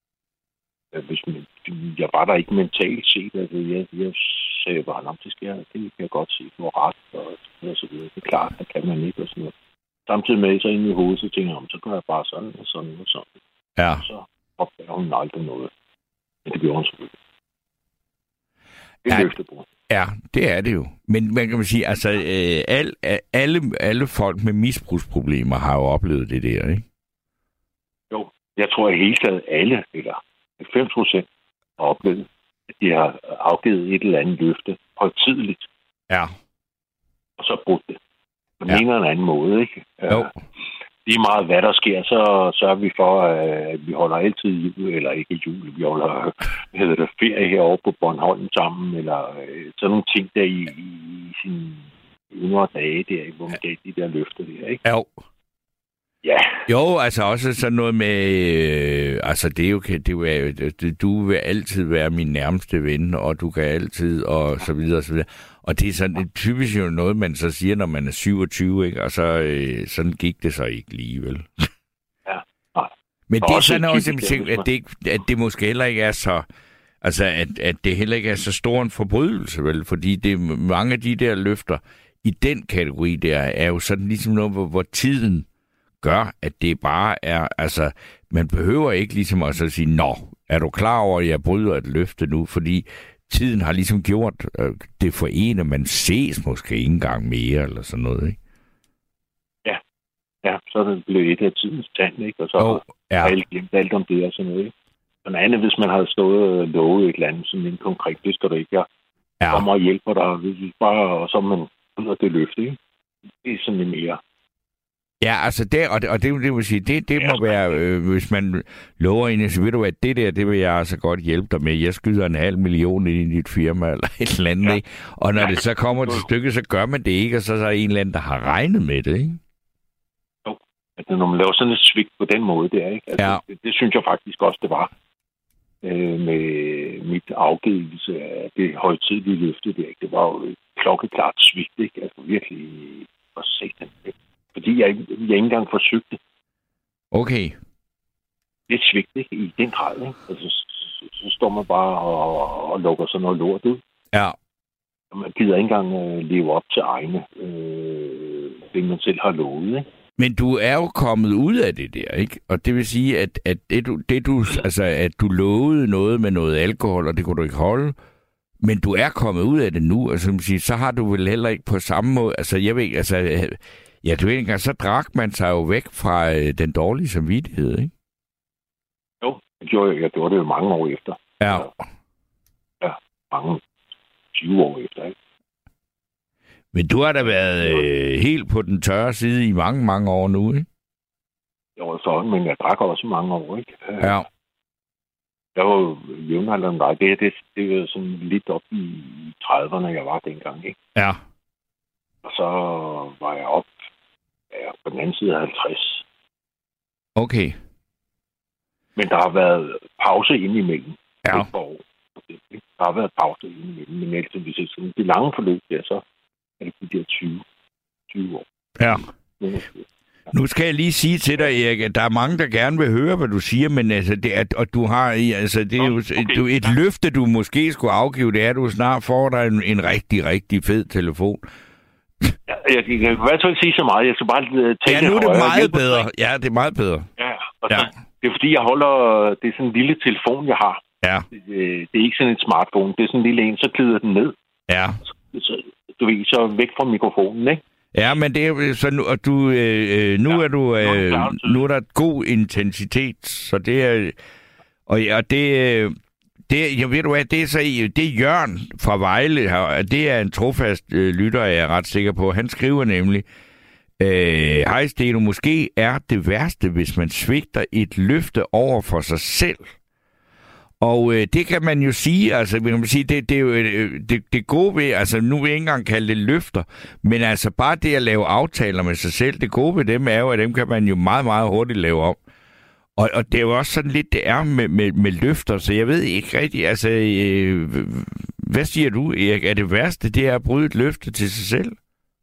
S6: Jeg var der ikke mentalt set. Altså, jeg sagde bare, det kan jeg godt se, du har ret, og så videre. Det er klart, der kan man ikke, og sådan noget. Samtidig med så inde i hovedet, så tænker jeg, så gør jeg bare sådan og sådan og sådan.
S3: Ja.
S6: Og så opdager hun aldrig noget. Men det gjorde hun selvfølgelig. Det er løftebrud.
S3: Ja, det er det jo. Men man kan sige, altså alle folk med misbrugsproblemer har jo oplevet det der, ikke?
S6: Jo, jeg tror i hele taget alle, eller 90% har oplevet, at de har afgivet et eller andet løfte højtideligt.
S3: Ja.
S6: Og så brudt det. På den ene eller anden måde, ikke?
S3: Jo.
S6: lige meget hvad der sker, så sørger vi for, at vi holder altid jul, eller ikke jul, vi holder ferie herovre på Bornholm sammen, eller sådan nogle ting der i sine yngre dage der, hvor man gav de der løfter der, ikke?
S3: Jo.
S6: Ja.
S3: Jo, altså også sådan noget med, altså du vil altid være min nærmeste ven, og du kan altid, og så videre, og så videre. Og det er sådan typisk jo noget, man så siger, når man er 27, ikke? Og så sådan gik det så ikke lige, vel?
S6: Ja, nej.
S3: Men det er sådan også, at det måske heller ikke er så, altså at det heller ikke er så stor en forbrydelse, vel? Fordi det mange af de der løfter i den kategori der, er jo sådan ligesom noget, hvor tiden gør, at det bare er, altså, man behøver ikke ligesom også at sige, nå, er du klar over, at jeg bryder et løfte nu? Fordi tiden har ligesom gjort det for en, at man ses måske ikke engang mere, eller sådan noget, ikke?
S6: Ja, så er det blevet et af tidens tand, ikke? Og så har alle glemt alt om det og sådan noget, ikke? Sådan andet, hvis man har stået og lovet et eller andet, sådan en konkret, det skal du ikke, jeg kommer og hjælper dig, hvis bare, og så man bryder det løfte, ikke? Det er sådan lidt mere.
S3: Ja, altså det vil sige, det må være, hvis man lover en, så ved du, at det vil jeg altså godt hjælpe dig med. Jeg skyder 500.000 ind i dit firma, eller et eller andet, ikke? Og når det så kommer til stykket, så gør man det ikke, og så er der en eller anden, der har regnet med det, ikke?
S6: Jo, altså, når man laver sådan et svigt på den måde der, ikke? Altså, det synes jeg faktisk også, det var. Med mit afgivelse af det højtidelige løfte der, ikke? Det var jo et klokkeklart svigt, ikke? Altså virkelig for satan, ikke? Fordi jeg ikke engang forsøgte.
S3: Okay.
S6: Det er svigt, ikke? I den grad, ikke? Altså, så står man bare og lukker sådan noget lort ud.
S3: Ja.
S6: Og man gider ikke engang leve op til egne, det man selv har lovet, ikke?
S3: Men du er jo kommet ud af det der, ikke? Og det vil sige, at at du lovede noget med noget alkohol, og det kunne du ikke holde. Men du er kommet ud af det nu, og så har du vel heller ikke på samme måde, altså jeg ved ikke, altså ja, du ved ikke, så drak man sig jo væk fra den dårlige samvittighed, ikke?
S6: Jo, jeg gjorde det jo mange år efter.
S3: Ja.
S6: Ja, mange 20 år efter, ikke?
S3: Men du har da været helt på den tørre side i mange, mange år nu, ikke?
S6: Jo, sådan, men jeg drak også mange år, ikke?
S3: Ja.
S6: Jeg var jo jævnaldrende dig. Det var sådan lidt op i 30'erne, jeg var dengang, ikke?
S3: Ja.
S6: Og så var jeg op på den anden side af 50.
S3: Okay.
S6: Men der har været pause indimellem.
S3: Ja.
S6: Der har været pause indimellem. Men ellers, hvis det sådan det lange forløb der, så er det de der 20 år.
S3: Ja. Nu skal jeg lige sige til dig, Erik, at der er mange, der gerne vil høre, hvad du siger, men altså, og du har, altså, det er jo et løfte, du måske skulle afgive, det er, at du snart får dig en rigtig, rigtig fed telefon.
S6: Jeg kan i hvert fald ikke sige så meget. Jeg skal bare tænke.
S3: Ja, nu er det meget bedre. Ja, det er meget bedre.
S6: Ja, og så, det er fordi, jeg holder... Det er sådan en lille telefon, jeg har.
S3: Ja.
S6: Det er ikke sådan en smartphone. Det er sådan en lille en, så glider den ned.
S3: Ja.
S6: Så, du ved, så væk fra mikrofonen, ikke?
S3: Ja, men det er så nu, og du, nu er der god intensitet, så det er... Og jeg ved du hvad, det er Jørgen fra Vejle, det er en trofast lytter, jeg er ret sikker på. Han skriver nemlig, hej Steno, måske er det værste, hvis man svigter et løfte over for sig selv. Og det kan man jo sige, altså man kan sige, det er jo det gode ved, altså nu vil jeg ikke engang kalde det løfter, men altså bare det at lave aftaler med sig selv, det gode ved dem er jo, at dem kan man jo meget, meget hurtigt lave om. Og det er jo også sådan lidt, det er med løfter, så jeg ved ikke rigtigt, altså, hvad siger du, Erik? Er det værste, det er at bryde et løfte til sig selv?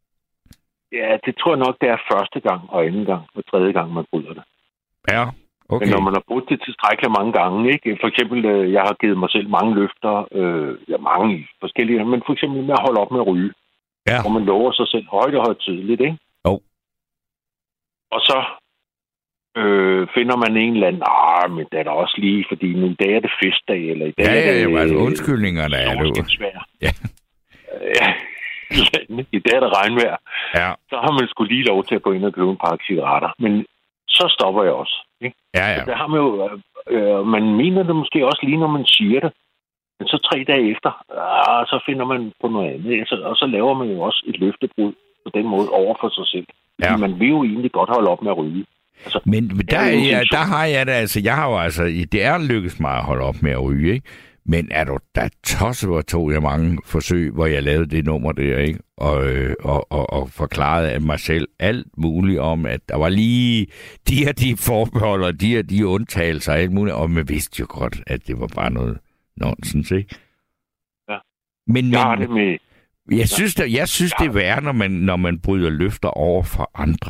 S6: Ja, det tror jeg nok, det er første gang, og anden gang, og tredje gang, man bryder det.
S3: Ja, okay.
S6: Men når man har brudt det tilstrækkeligt mange gange, ikke? For eksempel, jeg har givet mig selv mange løfter, mange forskellige, men for eksempel med at holde op med at ryge. Ja. Hvor man lover sig selv højt og højtideligt, ikke?
S3: Jo.
S6: Og så finder man en eller anden, men det er da også lige, fordi nu i dag er det festdag, eller i dag
S3: er det... altså undskyldninger, der er det jo.
S6: Ja. I dag er det regnvejr.
S3: Ja.
S6: Så har man sgu lige lov til at gå ind og købe en pakke cigaretter. Men så stopper jeg også. Ikke?
S3: Ja.
S6: Der har man jo, man mener det måske også lige, når man siger det. Men så 3 dage efter, så finder man på noget andet. Og så laver man jo også et løftebrud på den måde over for sig selv. Ja. Man vil jo egentlig godt holde op med at ryge.
S3: Altså, men der har jeg det, altså, det er lykkedes mig at holde op med at ryge, ikke? Men er du da tosset, hvor tog jeg mange forsøg, hvor jeg lavede det nummer der, ikke? Og forklarede af mig selv alt muligt om, at der var lige de forbehold og de undtagelser og alt muligt, og man vidste jo godt, at det var bare noget nonsens, ikke?
S6: Ja.
S3: Men jeg synes det er værre, når man bryder løfter over for andre.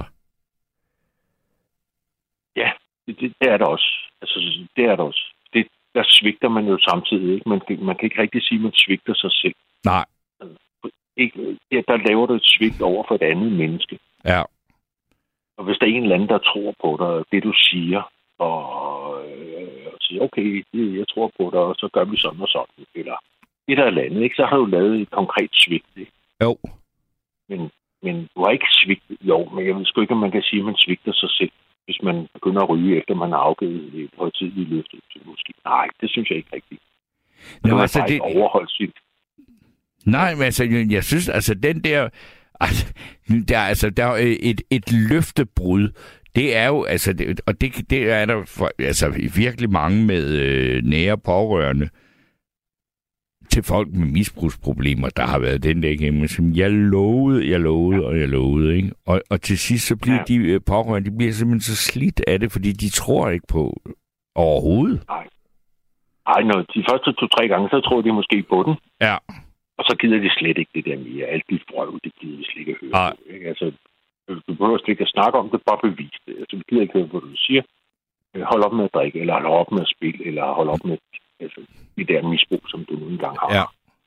S6: Ja, det er der også. Altså, det er der også. Der svigter man jo samtidig, ikke? Man kan ikke rigtig sige, at man svigter sig selv.
S3: Nej.
S6: Der laver du et svigt over for et andet menneske.
S3: Ja.
S6: Og hvis der er en eller anden, der tror på dig, det du siger, og siger, okay, jeg tror på dig, og så gør vi sådan og sådan, eller et eller andet, ikke? Så har du lavet et konkret svigt, ikke?
S3: Jo.
S6: Men du har ikke svigtet, jo, men jeg ved sgu ikke, om man kan sige, at man svigter sig selv, hvis man begynder at ryge, efter man har afgivet et højtidigt løfte. Måske. Nej, det synes jeg ikke rigtigt.
S3: Nå, altså det
S6: overholdt sit. Nej,
S3: men altså, jeg synes, altså den der... Altså, der er et løftebrud. Det er jo, altså... Og det er der virkelig mange med nære pårørende til folk med misbrugsproblemer, der har været den der igennem. Jeg lovede, ikke? Og til sidst, så bliver de pårørende, de bliver simpelthen så slidt af det, fordi de tror ikke på overhovedet.
S6: Nej, når de første 2-3 gange, så tror de måske på den.
S3: Ja.
S6: Og så gider de slet ikke det der mere. Alt de frøv, det gider de slet ikke at høre på, ikke? Altså, du behøver slet ikke at snakke om det, bare bevise det. Altså, vi gider ikke høre, hvad du siger. Hold op med at drikke, eller hold op med at spille, eller hold op med det der misbrug, som du nu engang har.
S3: Ja.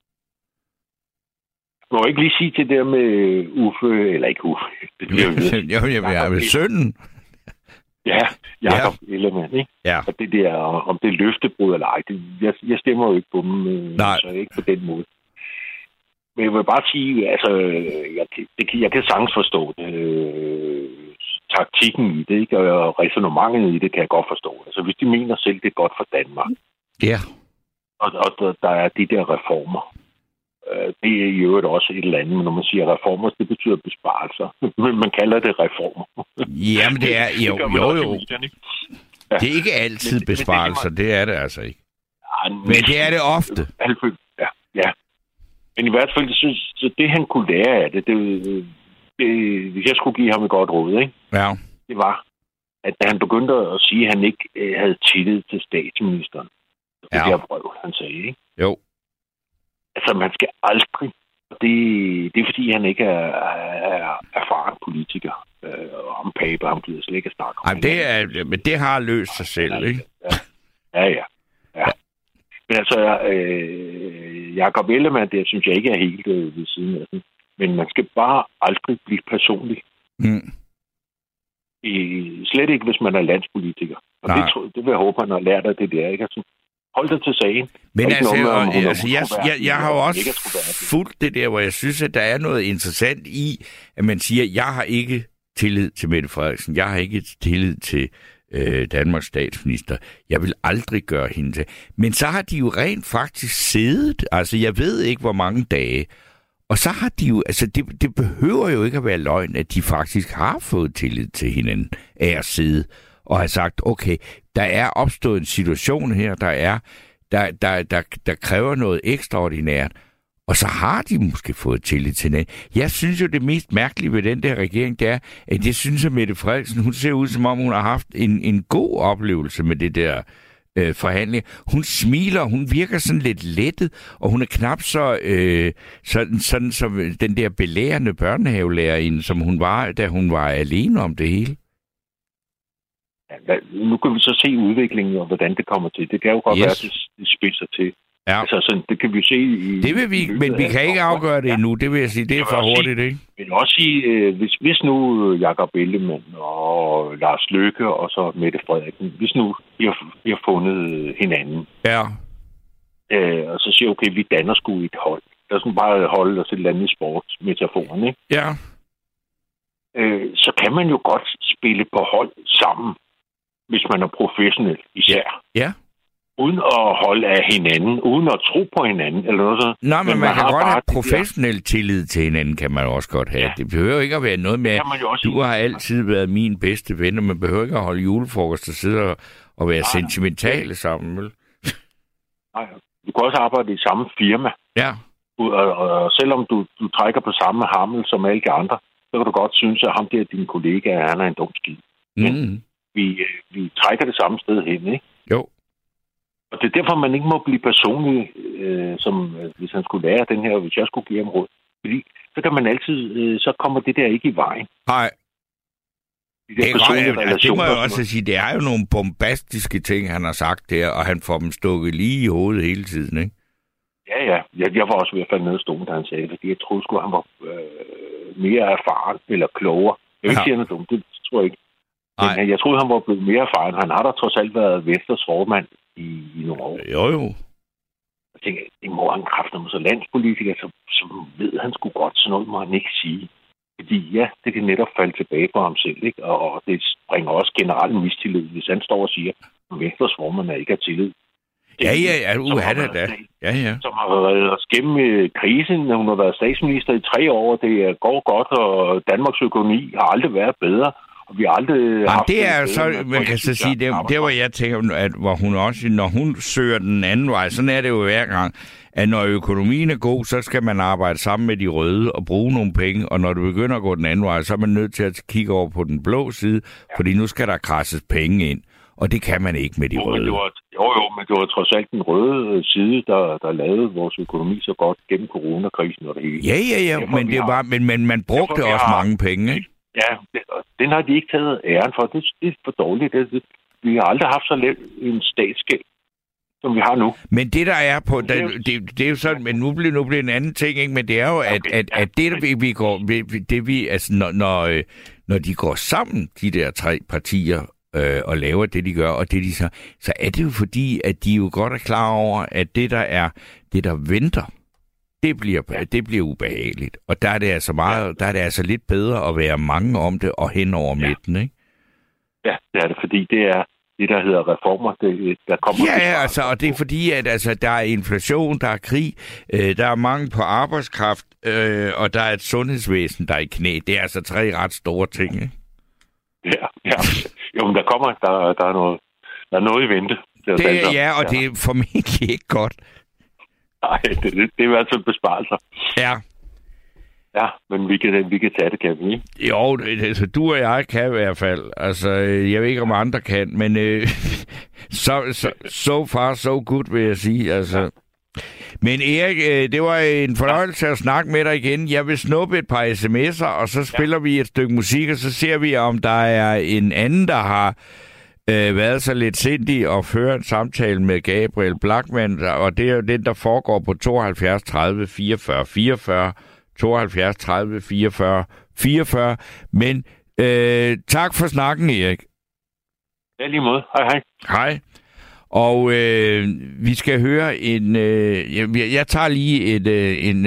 S6: Må jeg ikke lige sige til det der med Uffe, eller ikke Uffe?
S3: Jeg vil sønnen.
S6: Ja, Jakob Ellemann, ikke?
S3: Ja. Og
S6: det der, om det løftebrud eller ej, jeg stemmer jo ikke på dem, så ikke på den måde. Men jeg vil bare sige, altså, jeg kan sagtens forstå det. Taktikken i det, ikke? Og resonemanget i det, kan jeg godt forstå. Altså, hvis de mener selv, det er godt for Danmark.
S3: Ja.
S6: Og der er de der reformer. Det er jo også et eller andet, men når man siger reformer, det betyder besparelser. Men man kalder det reformer.
S3: Jamen, det er jo. Ja. Det er ikke altid besparelser, det er det altså ikke. Men det er det ofte.
S6: Ja. Men i hvert fald, så det han kunne lære af det, hvis jeg skulle give ham et godt råd, ikke?
S3: Ja.
S6: Det var, at da han begyndte at sige, at han ikke havde tillid til statsministeren, det der brøv, han sagde, ikke?
S3: Jo.
S6: Altså, man skal aldrig, og det er fordi, han ikke er erfaren politiker. Om Pape, ham gider slet ikke at snakke om.
S3: Men det har løst sig selv, ikke?
S6: Ja. Men altså, Jakob Ellemann, det synes jeg ikke er helt ved siden af den. Men man skal bare aldrig blive personlig. Slet ikke, hvis man er landspolitiker. Og det vil jeg håbe, han har lært af det der, ikke? Altså, hold dig til sagen.
S3: Men jeg har jo også fulgt det der, hvor jeg synes, at der er noget interessant i, at man siger, at jeg har ikke tillid til Mette Frederiksen. Jeg har ikke tillid til Danmarks statsminister. Jeg vil aldrig gøre hende til. Men så har de jo rent faktisk siddet, altså jeg ved ikke, hvor mange dage, og så har de jo, altså det behøver jo ikke at være løgn, at de faktisk har fået tillid til hinanden af at sidde og have sagt, okay, der er opstået en situation her, der kræver noget ekstraordinært, og så har de måske fået tillid til hinanden. Jeg synes jo, det mest mærkelige ved den der regering, det er, at jeg synes, at Mette Frederiksen, hun ser ud, som om hun har haft en god oplevelse med det der forhandling. Hun smiler, hun virker sådan lidt lettet, og hun er knap så sådan som den der belærende børnehavelærerinde, som hun var, da hun var alene om det hele.
S6: Ja, nu kan vi så se udviklingen, og hvordan det kommer til. Det kan jo godt være, at det spidser til.
S3: Ja.
S6: Altså, sådan, det kan vi jo se i...
S3: Det vil vi, men vi kan ikke afgøre det endnu, det vil jeg sige. Det er for hurtigt, ikke?
S6: Jeg vil også sige, hvis nu Jakob Ellemann og Lars Løkke og så Mette Frederiksen, hvis nu vi har fundet hinanden, og så siger okay, vi danner sgu et hold. Der er sådan bare holde os et eller andet sportsmetaforen, ikke?
S3: Ja.
S6: Så kan man jo godt spille på hold sammen, hvis man er professionel især.
S3: Ja.
S6: uden at holde af hinanden, uden at tro på hinanden, eller noget sådan.
S3: Nej, men man kan godt have professionel tillid til hinanden, kan man også godt have. Ja. Det behøver ikke at være noget med, du har altid været min bedste ven, og man behøver ikke at holde julefrokost og sidde og være sentimentale sammen, vel?
S6: Nej, du kan også arbejde i samme firma.
S3: Ja.
S6: Og selvom du trækker på samme hammel som alle de andre, så kan du godt synes, at ham der, din kollega, han er en dum skid. Men vi trækker det samme sted hen, ikke?
S3: Jo.
S6: Og det er derfor, man ikke må blive personlig, som hvis han skulle lære den her, hvis jeg skulle give ham råd. Fordi så kan man altid, så kommer det der ikke i vejen.
S3: Nej.
S6: Det
S3: må jeg også sige, det er jo nogle bombastiske ting, han har sagt der, og han får dem stukket lige i hovedet hele tiden, ikke?
S6: Ja. Jeg var også ved at falde ned af stolen, da han sagde det, fordi jeg troede sgu, han var mere erfaren eller klogere. Jeg vil ikke sige, han er dum, det tror jeg ikke. Men jeg troede, han var blevet mere erfaren. Han har da trods alt været Venstres formand i nogle år.
S3: Jo.
S6: Jeg tænker, det må han kræfte med så landspolitiker, så ved han sgu godt, sådan noget må han ikke sige. Fordi ja, det kan netop falde tilbage på ham selv, ikke? Og det bringer også generelt mistillid, hvis han står og siger, at Venstres formand er ikke har tillid.
S3: Ja, som har været os gennem krisen. Hun har været statsminister i 3 år. Det går godt, og Danmarks økonomi har aldrig været bedre. Og vi har aldrig haft det er så, man kan så sige, det hvor jeg tænker, at hvor hun også, når hun søger den anden vej, sådan er det jo hver gang, at når økonomien er god, så skal man arbejde sammen med de røde og bruge nogle penge, og når du begynder at gå den anden vej, så er man nødt til at kigge over på den blå side, fordi nu skal der krasses penge ind. Og det kan man ikke med de røde.
S6: Men det var trods alt den røde side, der lavede vores økonomi så godt gennem coronakrisen og det hele.
S3: Ja, men det var, men man brugte også mange penge, ikke?
S6: Ja, den har de ikke taget æren for. Det er for dårligt. Vi har aldrig haft så let en statsgæld, som vi har nu.
S3: Men det, der er på... Det er jo sådan, men nu bliver en anden ting, ikke? Men det er jo, at det, vi går... Altså, når de går sammen, de der 3 partier, og laver det, de gør, og det, de så er det jo fordi, at de jo godt er klar over, at det, der venter, det bliver ubehageligt. Og der er det altså der er det altså lidt bedre at være mange om det og hen over midten, ikke?
S6: Ja, det er det, fordi det er det, der hedder reformer, der kommer...
S3: Ja, altså, og det er fordi, at altså, der er inflation, der er krig, der er mangel på arbejdskraft, og der er et sundhedsvæsen, der er i knæ. Det er altså 3 ret store ting, ikke?
S6: Ja. Jo, men der er noget i vente.
S3: Og det er formentlig ikke godt.
S6: Nej, det er i hvert fald besparelser.
S3: Ja.
S6: Ja, men vi kan tage det, kan vi ikke?
S3: Jo, altså, du og jeg kan i hvert fald. Altså, jeg ved ikke, om andre kan, men so far, so good, vil jeg sige. Altså. Ja. Men Erik, det var en fornøjelse at snakke med dig igen. Jeg vil snuppe et par sms'er, og så spiller vi et stykke musik, og så ser vi, om der er en anden, der har været så lidt sindig og føre en samtale med Gabriel Blachmann, og det er jo den, der foregår på 72 30 44 44, 72 30 44 44. Men tak for snakken, Erik.
S6: Ja, lige måde. Hej.
S3: Hej. Og vi skal høre jeg tager lige en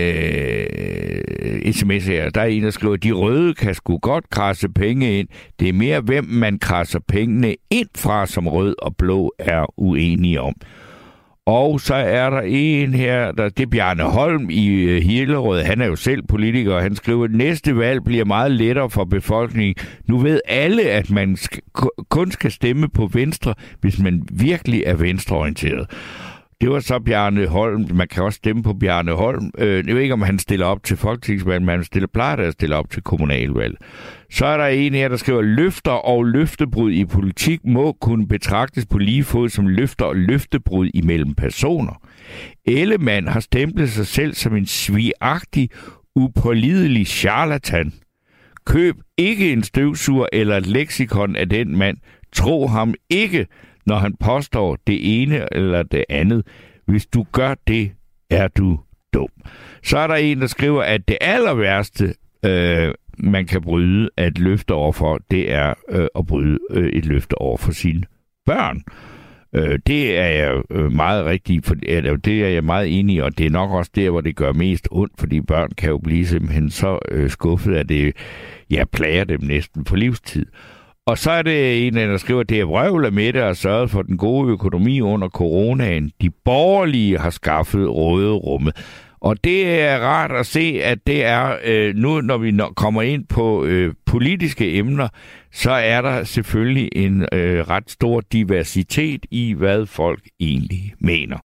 S3: sms her. Der er en, der skriver, de røde kan sgu godt krasse penge ind. Det er mere, hvem man krasser pengene ind fra, som rød og blå er uenige om. Og så er der en her, det er Bjarne Holm i Hillerød. Han er jo selv politiker, og han skriver, at næste valg bliver meget lettere for befolkningen. Nu ved alle, at man kun skal stemme på Venstre, hvis man virkelig er venstreorienteret. Det var så Bjarne Holm. Man kan også stemme på Bjarne Holm. Jeg ved ikke, om han stiller op til folketingsvalg, men han plejer at stille op til kommunalvalg. Så er der en her, der skriver, løfter og løftebrud i politik må kunne betragtes på lige fod som løfter og løftebrud imellem personer. Ellemann har stemplet sig selv som en svigagtig, upålidelig charlatan. Køb ikke en støvsuger eller et leksikon af den mand. Tro ham ikke, når han påstår det ene eller det andet. Hvis du gør det, er du dum. Så er der en, der skriver, at det aller værste, man kan bryde af et løfte overfor, det er at bryde et løfte over for sine børn. Det er jeg meget rigtigt, for det er jeg meget enig i, og det er nok også der, hvor det gør mest ondt, fordi børn kan jo blive simpelthen så skuffet, at det plager dem næsten på livstid. Og så er det en, der skriver, at det er vrøvl, at Mette har sørget for den gode økonomi under coronaen. De borgerlige har skaffet råderummet. Og det er rart at se, at det er, nu når vi kommer ind på politiske emner, så er der selvfølgelig en ret stor diversitet i, hvad folk egentlig mener.